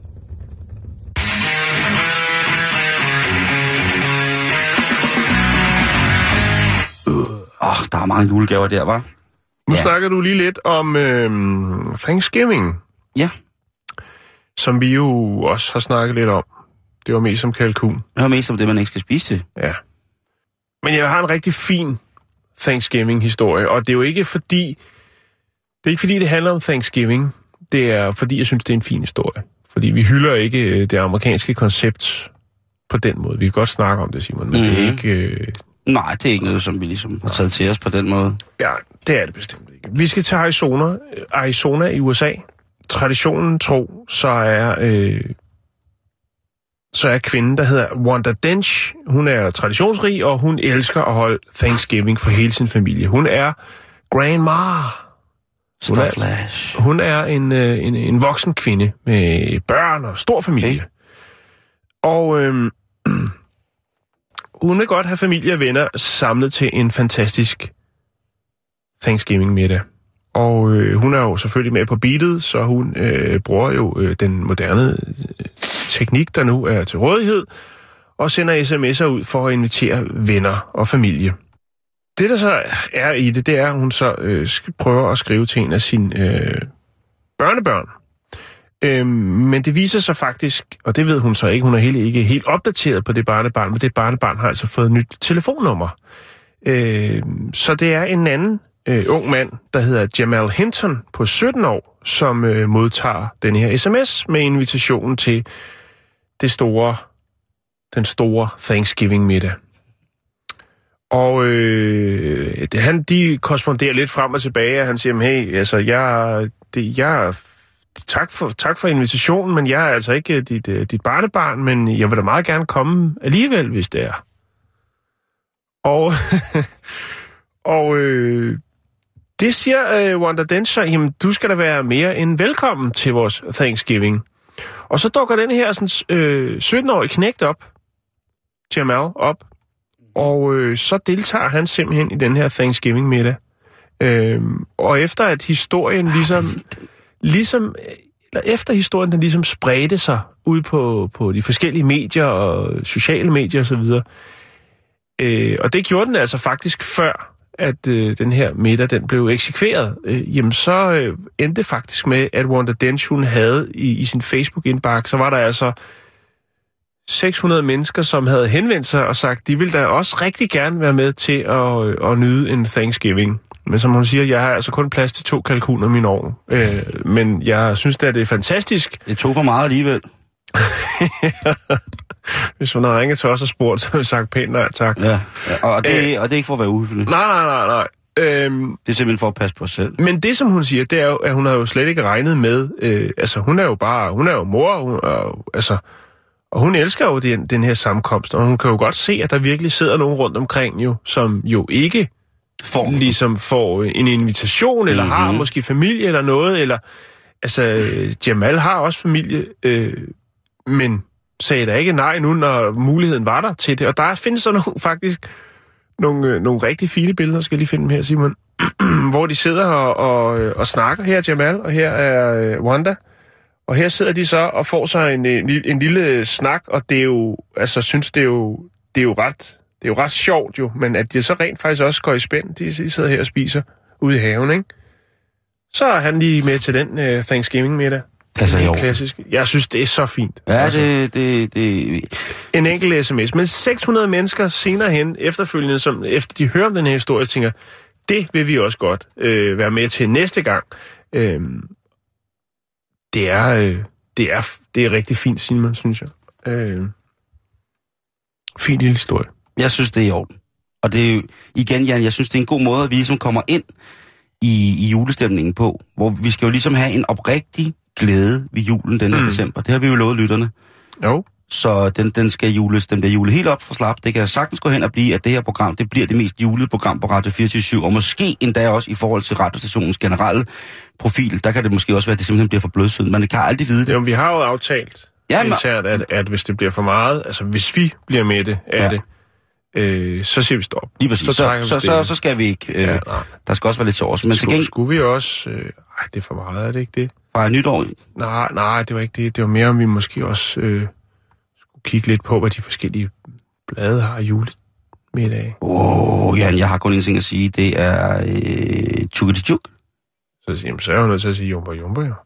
Åh, oh, der er mange julegaver der, hva'? Nu ja. snakker du lige lidt om øh, Thanksgiving. Ja. Som vi jo også har snakket lidt om. Det var mest som kalkun. Det var mest om det, man ikke skal spise til. Ja. Men jeg har en rigtig fin Thanksgiving-historie, og det er jo ikke fordi... Det er ikke fordi, det handler om Thanksgiving. Det er fordi, jeg synes, det er en fin historie. Fordi vi hylder ikke det amerikanske koncept på den måde. Vi kan godt snakke om det, Simon, men mm-hmm. det er ikke... Øh... Nej, det er ikke noget, som vi ligesom har taget til os på den måde. Ja, det er det bestemt ikke. Vi skal til Arizona, Arizona i U S A. Traditionen tro, så er... Øh... så er kvinden, der hedder Wanda Dench. Hun er traditionsrig, og hun elsker at holde Thanksgiving for hele sin familie. Hun er grandma. Hun er, hun er en, en, en voksen kvinde med børn og stor familie. Okay. Og øhm, hun vil godt have familie og venner samlet til en fantastisk Thanksgiving-middag. Og øh, hun er jo selvfølgelig med på beatet, så hun øh, bruger jo øh, den moderne øh, teknik, der nu er til rådighed, og sender sms'er ud for at invitere venner og familie. Det, der så er i det, det er, at hun så øh, prøver at skrive til en af sine øh, børnebørn. Øh, men det viser sig faktisk, og det ved hun så ikke, hun er helt, ikke helt opdateret på det barnebarn, men det barnebarn har altså fået et nyt telefonnummer. Øh, så det er en anden øh, ung mand, der hedder Jamal Hinton på sytten år, som øh, modtager den her sms med invitationen til det store, den store Thanksgiving-middag. Og øh, det, han, de korresponderer lidt frem og tilbage, og han siger, hey, altså, jeg, det, jeg, tak for, tak for invitationen, men jeg er altså ikke dit, dit barnebarn, men jeg vil da meget gerne komme alligevel, hvis det er. Og, og øh, det siger øh, Wanda Dench, jamen, du skal da være mere end velkommen til vores Thanksgiving. Og så dukker den her sådan, øh, sytten-årige knægt op, Jamal op, og øh, så deltager han simpelthen i den her Thanksgiving-middag. Øh, og efter at historien ligesom, ligesom eller efter historien den ligesom spredte sig ud på, på de forskellige medier og sociale medier osv., øh, og det gjorde den altså faktisk før, at øh, den her middag den blev eksekveret, øh, jamen så øh, endte faktisk med, at Wanda Dench, hun havde i, i sin Facebook-indbakke, så var der altså seks hundrede mennesker, som havde henvendt sig og sagt, de ville da også rigtig gerne være med til at, at nyde en Thanksgiving. Men som hun siger, jeg har altså kun plads til to kalkuner i min ovn. Øh, men jeg synes da, det er fantastisk. Det er to for meget alligevel. Hvis hun havde ringet til os og spurgt, så havde vi sagt pænt nej, tak. Ja, ja. Og, det, øh, og det er ikke for at være uhøflig. Nej, nej, nej, nej. Øhm, det er simpelthen for at passe på os selv. Men det, som hun siger, det er jo, at hun har jo slet ikke regnet med... Øh, altså, hun er jo bare... Hun er jo mor, hun, og, altså... Og hun elsker jo den, den her sammenkomst, og hun kan jo godt se, at der virkelig sidder nogen rundt omkring jo, som jo ikke får, ligesom får en invitation, eller mm-hmm. har måske familie eller noget, eller... Altså, Jamal har også familie, øh, men sagde da ikke nej nu, når muligheden var der til det. Og der findes så nogle, faktisk nogle, nogle rigtig fine billeder, skal jeg lige finde dem her, Simon, hvor de sidder og, og, og snakker. Her er Jamal, og her er Wanda. Og her sidder de så og får sig en, en, en lille snak, og det er jo, altså, synes det er jo, det er jo ret, det er jo ret sjovt jo, men at de så rent faktisk også går i spænd, de, de sidder her og spiser ude i haven, ikke? Så er han lige med til den uh, Thanksgiving-middag. Altså, jo. Klassisk. Jeg synes, det er så fint. Ja, altså, det, det, det... En enkelt sms. Men seks hundrede mennesker senere hen, efterfølgende, som efter de hører om den her historie, tænker, det vil vi også godt øh, være med til næste gang. Øh, det, er, øh, det, er, det er rigtig fint, Simon, synes jeg. Øh, fin lille historie. Jeg synes, det er i orden. Og det er jo, igen, Jan, jeg synes, det er en god måde, at vi ligesom kommer ind i, i julestemningen på, hvor vi skal jo ligesom have en oprigtig glæde ved julen den her mm. december. Det har vi jo lovet lytterne. Jo. Så den, den skal jules, den bliver julet helt op for slap. Det kan sagtens gå hen og blive, at det her program, det bliver det mest julede program på Radio fireogtyve syv, og måske endda også i forhold til radiostationens generelle profil. Der kan det måske også være, at det simpelthen bliver for blødsødt. Man kan aldrig vide det. Jo, vi har jo aftalt ja, internt, at, at hvis det bliver for meget, altså hvis vi bliver med det af ja. det, øh, så siger vi stop. Lige præcis. Så, så, så, så, så skal vi ikke. Øh, ja, der skal også være lidt sovs. Men skulle, til gengæld... skulle vi også... Øh, ej, det er for meget, er det ikke det? Fra nytår? Nej, nej, det var ikke det. Det var mere, om vi måske også øh, skulle kigge lidt på, hvad de forskellige blade har julemiddag. Åh, oh, Jan, jeg har kun en ting at sige. Det er øh, tjukketijuk. Så, jamen, så er jeg jo nødt til at sige jumper jumper, jo.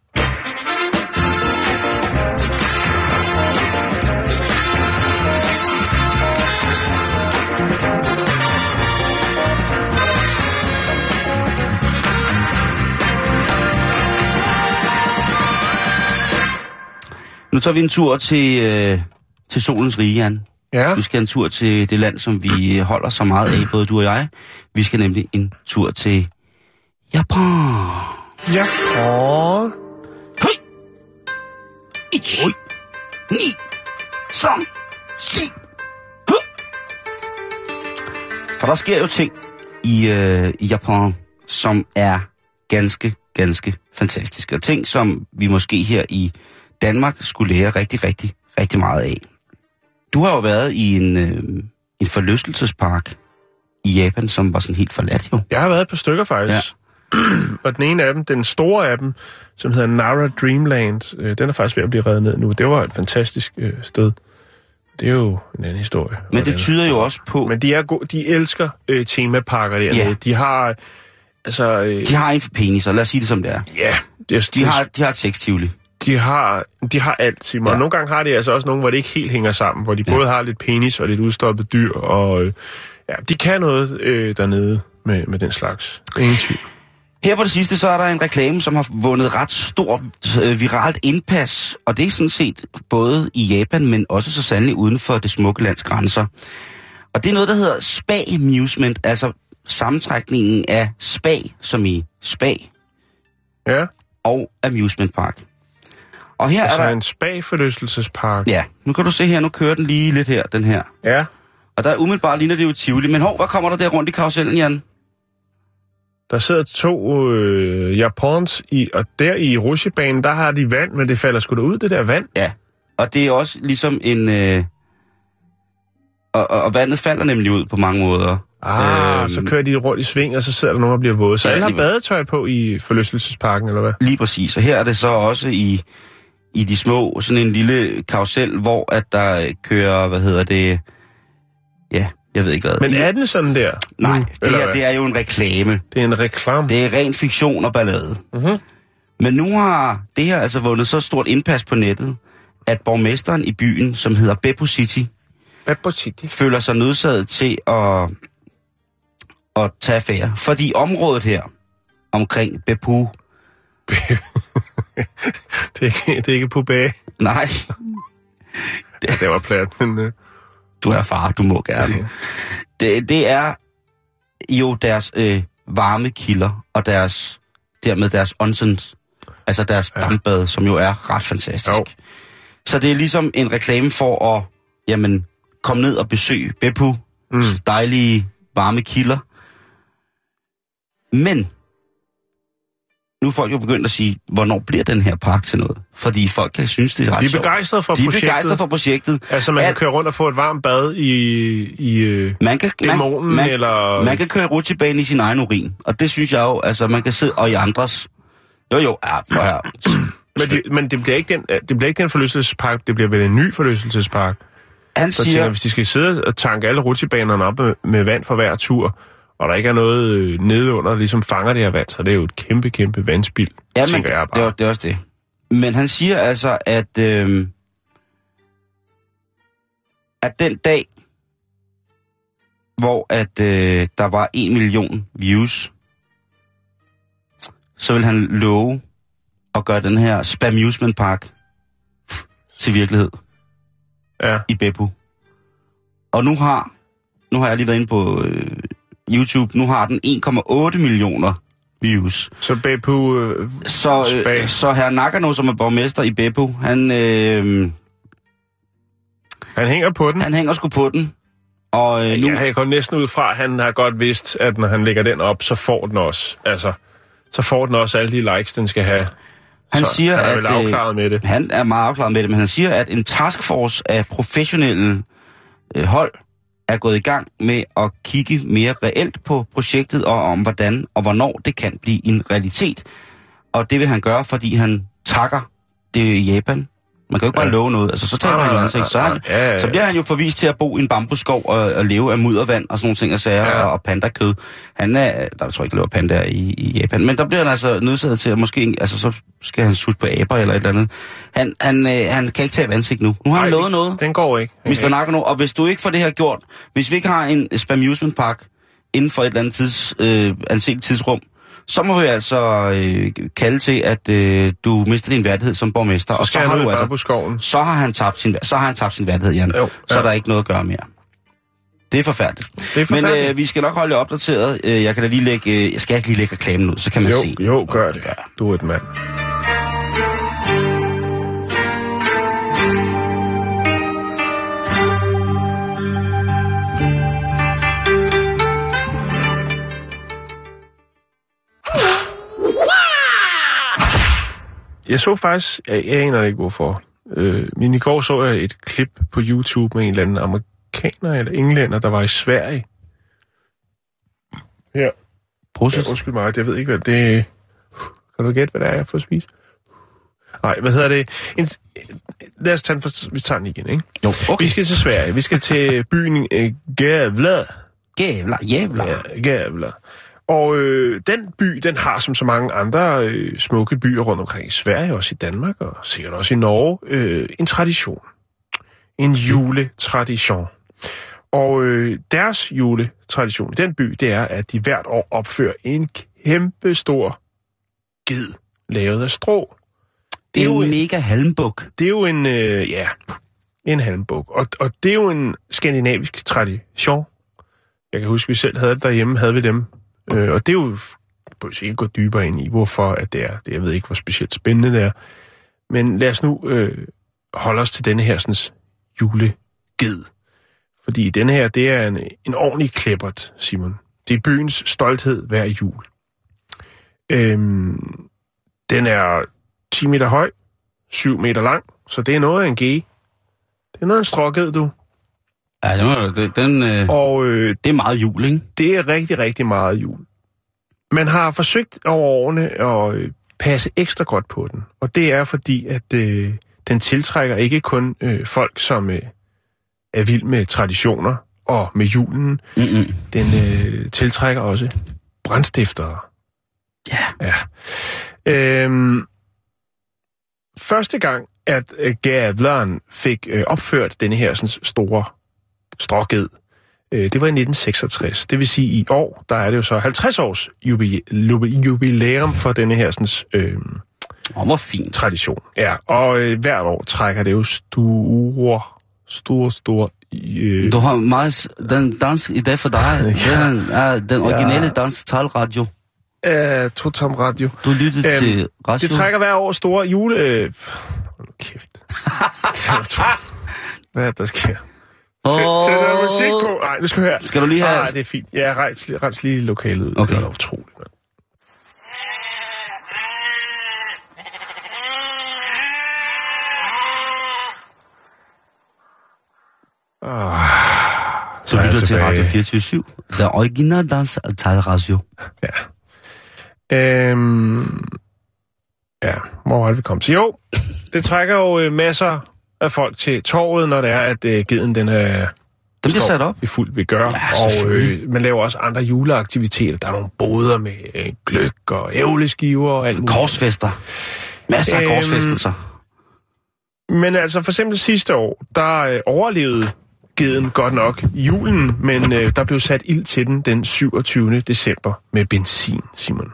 Nu tager vi en tur til, øh, til solens rige, Jan. Ja. Vi skal en tur til det land, som vi holder så meget af, både du og jeg. Vi skal nemlig en tur til Japan. Japan. Høj! Ich. Høj! Ni! Som! Si! Høj! For der sker jo ting i, øh, i Japan, som er ganske, ganske fantastiske. Og ting, som vi måske her i Danmark skulle lære rigtig, rigtig, rigtig meget af. Du har jo været i en, øh, en forlystelsespark i Japan, som var sådan helt forladt jo. Jeg har været på stykker faktisk. Ja. Og den ene af dem, den store af dem, som hedder Nara Dreamland, øh, den er faktisk ved at blive reddet ned nu. Det var et fantastisk øh, sted. Det er jo en anden historie. Men det tyder jo også på... Men de er go- de elsker øh, temaparker dernede. Ja. De har... Altså, øh... De har en for peniser, lad os sige det som det er. Ja. Det, de, har, de har et sextivoli. De har, de har alt, Simon. Ja. Nogle gange har de altså også nogle, hvor det ikke helt hænger sammen, hvor de ja. både har lidt penis og lidt udstoppet dyr, og øh, ja, de kan noget øh, dernede med, med den slags. Ingen tvivl. Her på det sidste, så er der en reklame, som har vundet ret stort øh, viralt indpas, og det er sådan set både i Japan, men også så sandelig uden for det smukke lands grænser. Og det er noget, der hedder Spa Amusement, altså sammentrækningen af spa, som i spa, ja. og amusement park. Og her altså er der en spa-forlystelsespark. Ja, nu kan du se her, nu kører den lige lidt her, den her. Ja. Og der umiddelbart ligner det jo Tivoli, men hov, hvad kommer der der rundt i karusellen, Jan? Der sidder to øh, japans i, og der i rutsjebanen, der har de vand, men det falder sgu da ud, det der vand. Ja, og det er også ligesom en... Øh, og, og, og vandet falder nemlig ud på mange måder. Ah, øhm, så kører de rundt i sving, og så sidder der nogen, der bliver våde. Så ja, alle har badetøj på i forlystelsesparken, eller hvad? Lige præcis, og her er det så også i, i de små, sådan en lille karusel, hvor at der kører, hvad hedder det... Ja, jeg ved ikke hvad. Men er den sådan der? Nej, mm, det her, det er jo en reklame. Det er en reklame? Det er ren fiktion og ballade. Mm-hmm. Men nu har det her altså vundet så stort indpas på nettet, at borgmesteren i byen, som hedder Beppu City, Beppu City, føler sig nødsaget til at, at tage affære. Fordi området her, omkring Beppu... det, er ikke, det er ikke på bag. Nej. Det, ja, det var plat, men... Uh... Du er far, du må gerne. Det, det er jo deres øh, varme kilder og deres, dermed deres onsens, altså deres ja. dampbad, som jo er ret fantastisk. Jo. Så det er ligesom en reklame for at, jamen, komme ned og besøge Beppu, mm. dejlige varme kilder. Men nu er folk jo begyndt at sige, hvornår bliver den her park til noget? Fordi folk kan synes, det er ret sjovt. De er begejstrede for De projektet. De er begejstrede for projektet. Altså, man kan At, køre rundt og få et varmt bad i, i man kan, dæmonen, man, eller... Man kan køre rutsjebane i sin egen urin. Og det synes jeg jo, altså, man kan sidde og i andres. Jo, jo, ja, for her. men det, men det bliver ikke den, det bliver ikke den forlystelsespark, det bliver vel en ny forlystelsespark. Han så siger... tænker, hvis de skal sidde og tanke alle rutsjebanerne op med, med vand for hver tur, og der ikke er noget øh, nede under, der ligesom fanger det her vand, så det er jo et kæmpe, kæmpe vandspild, ja, tænker men, jeg bare. Det er, det er også det. Men han siger altså, at, øh, at den dag, hvor at, øh, der var en million views, så vil han love at gøre den her Spamusement Park til virkelighed. Ja. I Beppu. Og nu har, nu har jeg lige været inde på øh, YouTube, nu har den en komma otte millioner views. Så Beppu... Øh, så, øh, så herr Nagano, som er borgmester i Beppu, han... Øh, han hænger på den. Han hænger sgu på den. Og øh, nu... Ja, jeg går næsten ud fra, at han har godt vidst, at når han lægger den op, så får den også. Altså, så får den også alle de likes, den skal have. Han så siger, han er vel at... afklaret med det. Han er meget afklaret med det, men han siger, at en taskforce af professionelle øh, hold er gået i gang med at kigge mere reelt på projektet, og om hvordan og hvornår det kan blive en realitet. Og det vil han gøre, fordi han takker det Japan. Man kan jo ikke bare ja. love noget. Altså, så tager han jo ansigt. Så, han, ja, ja, ja. så bliver han jo forvist til at bo i en bambusskov og, og leve af muddervand og sådan nogle ting og sager, ja. og, og pandakød. Han er, der tror jeg ikke, lever pandaer i, i Japan, men der bliver han altså nødsaget til at måske, altså så skal han sutte på aber eller et eller andet. Han, han, øh, han kan ikke tage ansigt nu. Nu har han lovet noget. Den går ikke. mister Nagano, og hvis du ikke får det her gjort, hvis vi ikke har en Spamusement Park inden for et eller andet tids, øh, anset tidsrum, så må vi altså øh, kalde til, at øh, du mister din værdighed som borgmester. Så og så har du altså, så har han tabt sin, så har han tabt sin værdighed, Jan. Jo, så ja. er der ikke noget at gøre mere. Det er forfærdeligt. Det er forfærdeligt. Men øh, vi skal nok holde jer opdateret. Øh, jeg kan da lige lægge, øh, jeg skal ikke lige lægge reklamen ud, så kan man jo, se. Jo, gør det. Gør. Du er et mand. Jeg så faktisk, jeg, jeg aner ikke hvorfor, øh, men i går så jeg et klip på YouTube med en eller anden amerikaner eller englænder, der var i Sverige. Her. Ja, undskyld mig, jeg ved ikke, hvad det er. Kan du gætte, hvad det er, jeg får at spise? Nej, hvad hedder det? En, lad os tage den, for, vi tager den igen, ikke? Jo, okay. Vi skal til Sverige. Vi skal til byen øh, Gävle. Gävle, Gävle. Ja, Gävle. Og øh, den by, den har som så mange andre øh, smukke byer rundt omkring i Sverige, også i Danmark og sikkert også i Norge, øh, en tradition. En juletradition. Og øh, deres juletradition i den by, det er, at de hvert år opfører en kæmpe stor ged lavet af strå. Det er jo en mega halmbuk. Det er jo en, øh, ja, en halmbuk. Og, og det er jo en skandinavisk tradition. Jeg kan huske, vi selv havde det derhjemme, havde vi dem. Øh, og det er jo, jeg vil ikke gå dybere ind i, hvorfor at det er. Det, jeg ved ikke, hvor specielt spændende det er. Men lad os nu øh, holde os til denne her sådan, juleged. Fordi denne her, det er en, en ordentlig klippert, Simon. Det er byens stolthed hver jul. Øhm, den er ti meter høj, syv meter lang, så det er noget af en G. Det er noget af en stråged, du. Ja, den, den, øh, og, øh, det er meget jul, ikke? Det er rigtig, rigtig meget jul. Man har forsøgt over årene at øh, passe ekstra godt på den, og det er fordi, at øh, den tiltrækker ikke kun øh, folk, som øh, er vild med traditioner og med julen. Mm-mm. Den øh, tiltrækker også brandstiftere. Ja. Ja. Øhm, første gang, at øh, Gävleren fik øh, opført denne her sådan, store stråged, øh, det var i nitten seksogtres. Det vil sige, i år, der er det jo så halvtreds års jubilæum for denne her sådan, øh, oh, hvor fint. Tradition. Ja, og øh, hvert år trækker det jo store, store, store Øh... Du har meget den dansk i dag for dig. ja. Den er den originale ja. danske talradio. Uh, Totam Radio. Du lyttede øhm, til radio. Det trækker hver år store jule... Øh... Hold kæft. Hvad er der sker? Sæt der musik på. Nej, nu skal du høre. Skal du lige have... Nej, det er fint. Ja, rens, rens lige lokalet ud. Okay. Det er utroligt, man. Oh, så lytter til Radio fireogtyve syv. Der original dans talradio. Ja. Øhm, ja, hvor var det, vi kom til? Jo, det trækker jo øh, masser af folk til torvet, når det er, at øh, geden den er... Den bliver sat op. I fuldt vi gør. Ja, og øh, man laver også andre juleaktiviteter. Der er nogle boder med øh, gløgg og ævleskiver og alt muligt. Korsfester. Masser af øhm, korsfestelser. Men altså, for eksempel sidste år, der øh, overlevede geden godt nok julen, men øh, der blev sat ild til den den syvogtyvende december med benzin, Simon.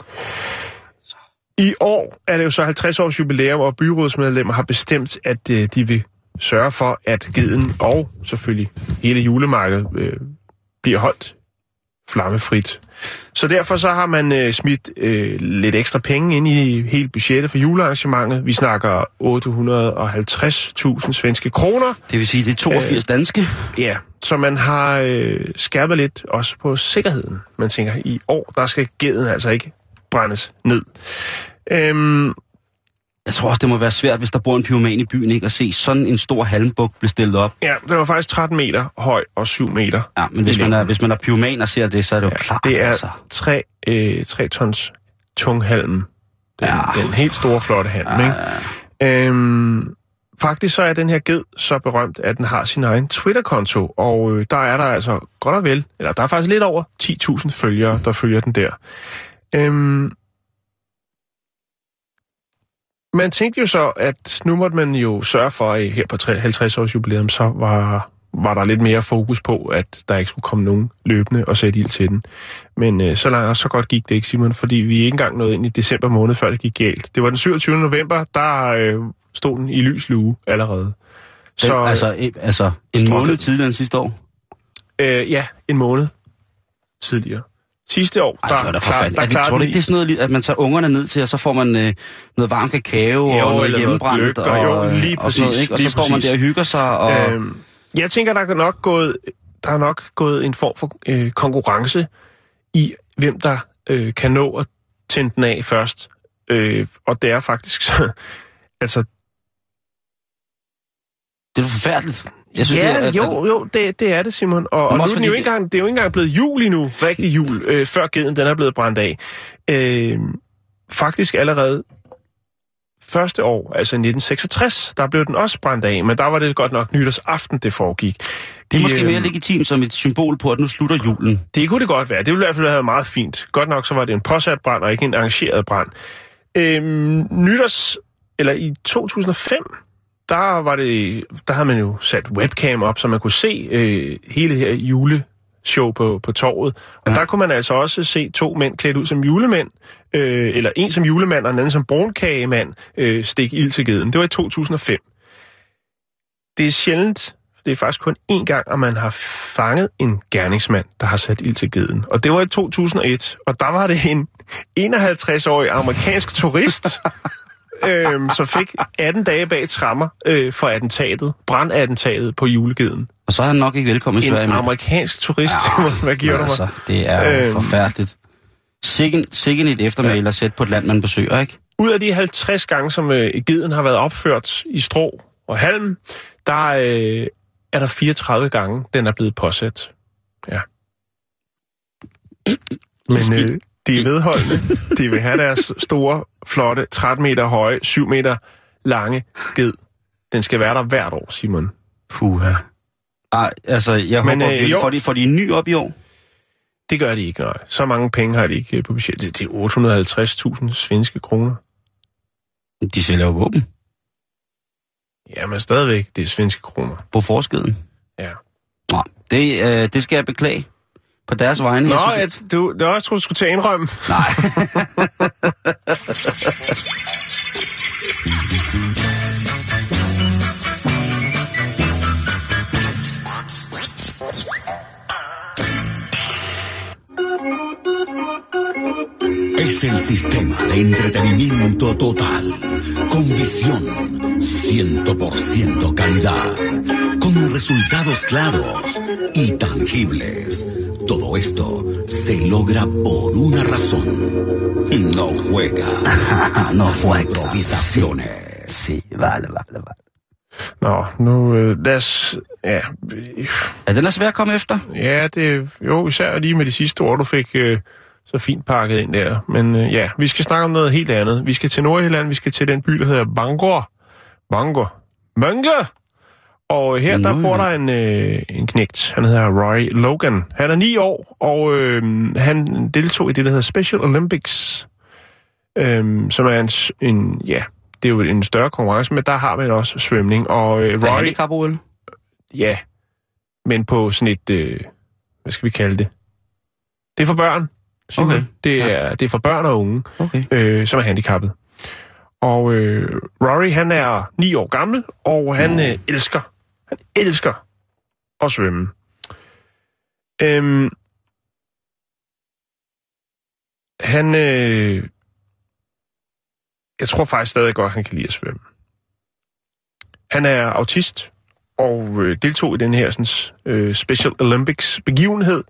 I år er det jo så halvtreds års jubilæum, og byrådsmedlemmer har bestemt, at øh, de vil sørge for, at geden og selvfølgelig hele julemarkedet øh, bliver holdt flammefrit. Så derfor så har man øh, smidt øh, lidt ekstra penge ind i hele budgettet for julearrangementet. Vi snakker otte hundrede og halvtreds tusind svenske kroner. Det vil sige, det er toogfirs øh, danske. Ja, så man har øh, skærpet lidt også på sikkerheden. Man tænker, i år, der skal geden altså ikke brændes ned. Øhm, Jeg tror også, det må være svært, hvis der bor en pyroman i byen, ikke, at se sådan en stor halmbuk blive stillet op. Ja, det var faktisk tretten meter høj og syv meter. Ja, men hvis man, er, hvis man er pyroman og ser det, så er det jo ja, klart. Det er altså. tre, øh, tre tons tung halm. Den, ja. den helt store, flotte halm, ja. ikke? Øhm, faktisk så er den her ged så berømt, at den har sin egen Twitter-konto, og øh, der er der altså godt og vel, eller der er faktisk lidt over ti tusind følgere, der følger den der. Øhm, Man tænkte jo så, at nu måtte man jo sørge for, at her på halvtreds års jubilæum, så var, var der lidt mere fokus på, at der ikke skulle komme nogen løbende og sætte ild til den. Men øh, så langt så godt gik det ikke, Simon, fordi vi ikke engang nåede ind i december måned, før det gik galt. Det var den syvogtyvende november, der øh, stod den i lys lue allerede. Så, den, altså, øh, altså en måned tidligere end sidste år? Øh, ja, en måned tidligere. Sidste år, Ej, der, det var da klar, der, der tror du ikke, det er sådan noget, at man tager ungerne ned til, og så får man øh, noget varm kakao jo, og noget hjemmebrændt, og, og, og, lige præcis, og, noget, ikke? Og så står man der og hygger sig. Og... Øhm, jeg tænker, der er nok gået, der er nok gået en form for øh, konkurrence i, hvem der øh, kan nå at tænde den af først. Øh, og det er faktisk så, altså... Det er forfærdeligt. Jeg synes, ja, det er, at, jo, jo, det, det er det, Simon. Og, og nu er det, jo ikke engang, det er jo ikke engang blevet jul endnu, rigtig jul, øh, før geden den er blevet brændt af. Øh, faktisk allerede første år, altså i nitten seksogtres, der blev den også brændt af, men der var det godt nok nytårsaften, det foregik. Det er måske øh, mere legitimt som et symbol på, at nu slutter julen. Det kunne det godt være. Det ville i hvert fald have meget fint. Godt nok, så var det en påsat brand, og ikke en arrangeret brand. Øh, nytårs, eller i to tusind og fem... Der var det, der havde man jo sat webcam op, så man kunne se øh, hele her juleshow på, på torvet. Og ja. Der kunne man altså også se to mænd klædt ud som julemænd, øh, eller en som julemand og en anden som brunkagemand, øh, stikke ild til geden. Det var i to tusind og fem. Det er sjældent, det er faktisk kun én gang, at man har fanget en gerningsmand, der har sat ild til geden. Og det var i to tusind og et, og der var det en enoghalvtreds-årig amerikansk turist, Øhm, som fik atten dage bag trammer øh, for attentatet, brandattentatet på julegeden. Og så er han nok ikke velkommen i Sverige med. En amerikansk turist, ja, hvad giver du mig? Altså, det er øhm, forfærdeligt. Sikken, sikken et eftermæle ja. At sætte på et land, man besøger, ikke? Ud af de halvtreds gange, som øh, geden har været opført i strå og halm, der øh, er der fireogtredive gange, den er blevet påsat. Ja. Men øh, de er vedholdende. De vil have deres store, flotte, tretten meter høje, syv meter lange ged. Den skal være der hvert år, Simon. Puha. Ej, altså, jeg Men, håber, øh, vi får de, får de en ny op i år? Det gør de ikke, nej. Så mange penge har de ikke på budget. Det, det er otte hundrede og halvtreds tusind svenske kroner. De sælger jo våben. Jamen stadigvæk, det er svenske kroner. På forskeden? Ja. Nå, det, øh, det skal jeg beklage. På deres vegne. Nå, synes, at du, det var, jeg troede, du skulle tage indrømme. Nej. Es el sistema de entretenimiento total, con visión, cien por ciento calidad, con resultados claros y tangibles. Todo esto se logra por una razón. No juega. No Las juega. improvisaciones. Sí, vale, vale, vale. Nå, nu øh, lad os... Ja, Er den er svær at komme efter? ja, det jo især lige med de sidste ord, du fik øh, så fint pakket ind der. Men øh, ja, vi skal snakke om noget helt andet. Vi skal til Nordjylland, vi skal til den by, der hedder Bangor. Bangor. Mange! Og her, der bor der en, øh, en knægt. Han hedder Rory Logan. Han er ni år, og øh, han deltog i det, der hedder Special Olympics. Øh, som er en, en... Ja, det er jo en større konkurrence, men der har man også svømning. Og øh, Er Rory... handicap-O L? Ja, men på sådan et... Øh, hvad skal vi kalde det? Det er for børn. Simon. Okay. Det er, ja. det er for børn og unge, Okay. øh, som er handicappet. Og øh, Rory, han er ni år gammel, og han øh, elsker, han elsker at svømme. Øhm, han, øh, jeg tror faktisk stadig godt, han kan lide at svømme. Han er autist, og øh, deltog i den her sådan, øh, Special Olympics begivenhed,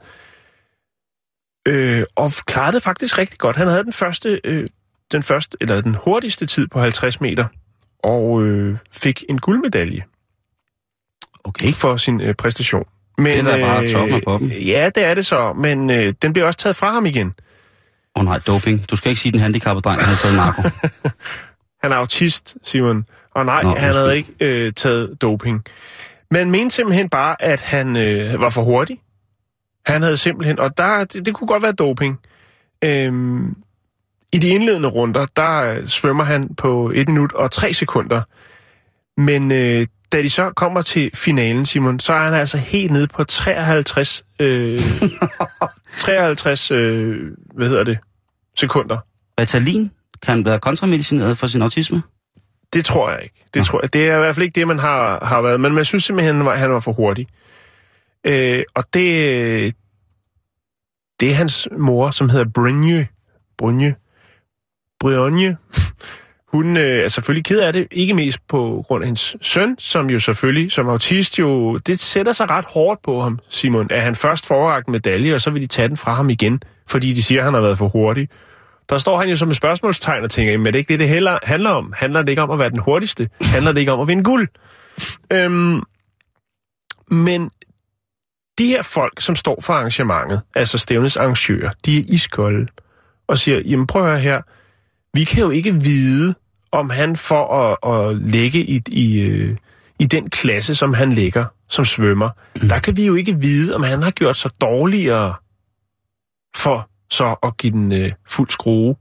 øh, og klarede det faktisk rigtig godt. Han havde den første... Øh, den første, eller den hurtigste tid på halvtreds meter, og øh, fik en guldmedalje Okay. for sin øh, præstation. Men, Det er da bare toppen af poppen. Øh, ja, det er det så, men øh, den bliver også taget fra ham igen. Åh oh, nej, doping. Du skal ikke sige, den handicappede dreng, han har taget narko. Han er autist, Simon, og nej, Nå, han måske. havde ikke øh, taget doping. Men mente simpelthen bare, at han øh, var for hurtig. Han havde simpelthen, og der, det, det kunne godt være doping. Øhm, I de indledende runder, der svømmer han på et minut og tre sekunder. Men øh, da de så kommer til finalen, Simon, så er han altså helt nede på treoghalvtreds, øh, treoghalvtreds øh, hvad hedder det, sekunder. Ritalin kan være kontramedicineret for sin autisme? Det tror jeg ikke. Det, Nå. tror jeg, det er i hvert fald ikke det, man har, har været. Men man synes simpelthen, han var, han var for hurtig. Øh, og det, det er hans mor, som hedder Brynje. Brynje. Brynje. Hun øh, er selvfølgelig ked af det, ikke mest på grund af hendes søn, som jo selvfølgelig, som autist jo, det sætter sig ret hårdt på ham, Simon, at han først får en medalje, og så vil de tage den fra ham igen, fordi de siger, at han har været for hurtig. Der står han jo som et spørgsmålstegn og tænker, men er det ikke det, det heller handler om? Handler det ikke om at være den hurtigste? Handler det ikke om at vinde guld? Øhm, men de her folk, som står for arrangementet, altså stævnets arrangører, de er iskolde og siger, jamen prøv at høre her, vi kan jo ikke vide, om han får at, at lægge i, i, i den klasse, som han lægger som svømmer. Mm. Der kan vi jo ikke vide, om han har gjort sig dårligere for så at give den øh, fuld skrue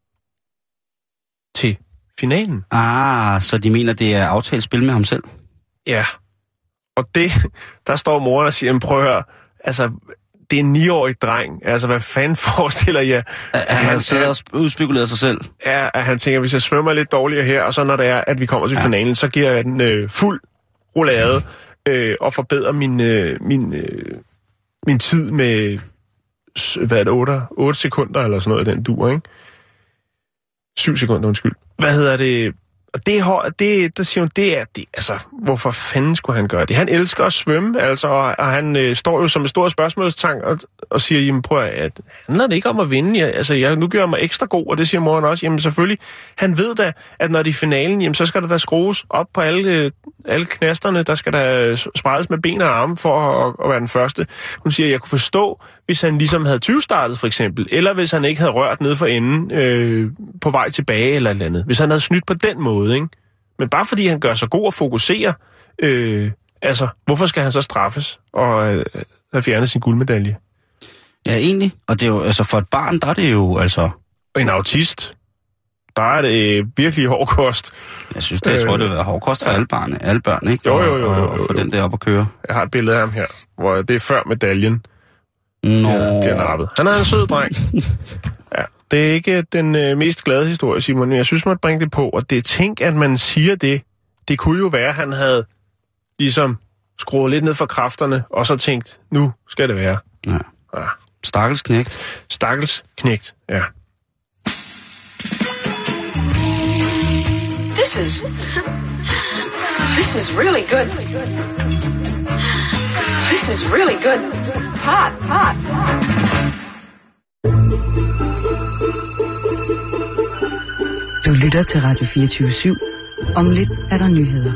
til finalen. Ah, så de mener, det er aftalt spil med ham selv? Ja, og det, der står moren og siger, prøv at høre, altså, det er en niårig dreng. Altså, hvad fanden forestiller jeg? At han, han sidder og udspekulerer sig selv? Ja, at han tænker, hvis jeg svømmer lidt dårligere her, og så når det er, at vi kommer til ja. finalen, så giver jeg den øh, fuld roulade øh, og forbedrer min, øh, min, øh, min tid med, hvad er det, otte, otte sekunder eller sådan noget af den dur, ikke? syv sekunder, undskyld. Hvad hedder det? Og det, det, der siger hun, det er, det, altså, hvorfor fanden skulle han gøre det? Han elsker at svømme, altså, og, og han øh, står jo som en stor spørgsmålstegn og, og siger, jamen prøv at, handler det ikke om at vinde? Jeg, altså, jeg, nu gør jeg mig ekstra god, og det siger moren også. Jamen selvfølgelig, han ved da, at når de er i finalen, jamen så skal der da skrues op på alle, alle knasterne, der skal der sprættes med ben og arme for at, at være den første. Hun siger, jeg kunne forstå, hvis han ligesom havde tyve-startet for eksempel, eller hvis han ikke havde rørt ned for enden øh, på vej tilbage eller et eller andet. Hvis han havde snydt på den måde, ikke? Men bare fordi han gør sig god og fokuserer, øh, altså, hvorfor skal han så straffes og øh, have fjernet sin guldmedalje? Ja, egentlig. Og det er jo, altså for et barn, der er det jo, altså... En autist, der er det øh, virkelig hård kost. Jeg synes, det, jeg tror, det er hård kost for ja. alle børn, alle børn, ikke? Jo, jo, jo. jo, jo, jo. Og få den der op at køre. Jeg har et billede af ham her, hvor det er før medaljen. Nå. Ja, han er en sød dreng. Ja, det er ikke den øh, mest glade historie, Simon, men jeg synes, man bringe det på, og det er tænk, at man siger det. Det kunne jo være, at han havde ligesom skruet lidt ned for kræfterne, og så tænkt, nu skal det være. Ja. Ja. Stakkels knægt. Stakkels knægt, ja. This is... This is really good. This is really good. Hot, hot, hot. Du lytter til Radio fireogtyve syv. Om lidt er der nyheder.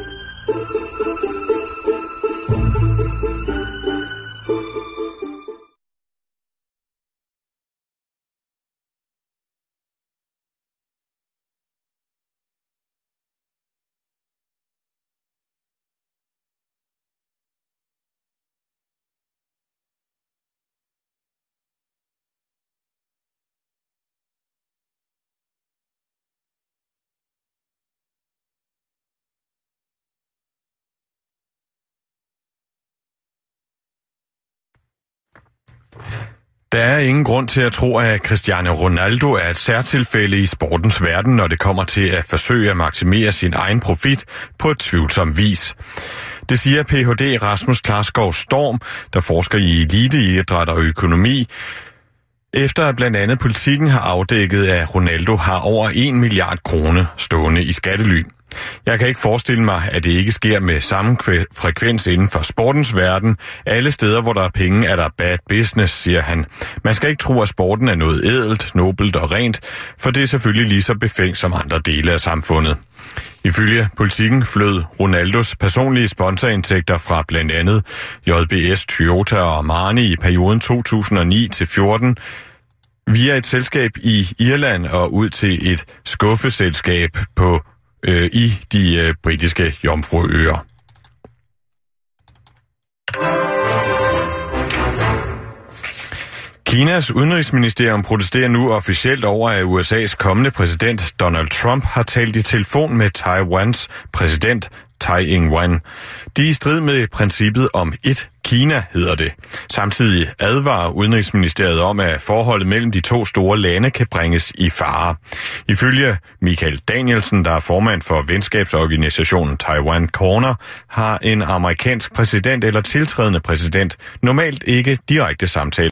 Der er ingen grund til at tro, at Cristiano Ronaldo er et særtilfælde i sportens verden, når det kommer til at forsøge at maksimere sin egen profit på et tvivlsom vis. Det siger P H D Rasmus Klarskov Storm, der forsker i eliteidræt og økonomi, efter at blandt andet Politikken har afdækket, at Ronaldo har over en milliard kroner stående i skattely. Jeg kan ikke forestille mig, at det ikke sker med samme frekvens inden for sportens verden. Alle steder, hvor der er penge, er der bad business, siger han. Man skal ikke tro, at sporten er noget ædelt, nobelt og rent, for det er selvfølgelig lige så befængt som andre dele af samfundet. Ifølge Politikken flød Ronaldos personlige sponsorindtægter fra blandt andet J B S, Toyota og Armani i perioden to tusind og ni til fjorten via et selskab i Irland og ud til et skuffeselskab på øh, i de øh, britiske Jomfruøer. Kinas udenrigsministerium protesterer nu officielt over, at U S A's kommende præsident Donald Trump har talt i telefon med Taiwans præsident Tsai Ing-wen. De er i strid med princippet om et Kina, hedder det. Samtidig advarer Udenrigsministeriet om, at forholdet mellem de to store lande kan bringes i fare. Ifølge Michael Danielsen, der er formand for venskabsorganisationen Taiwan Corner, har en amerikansk præsident eller tiltrædende præsident normalt ikke direkte samtale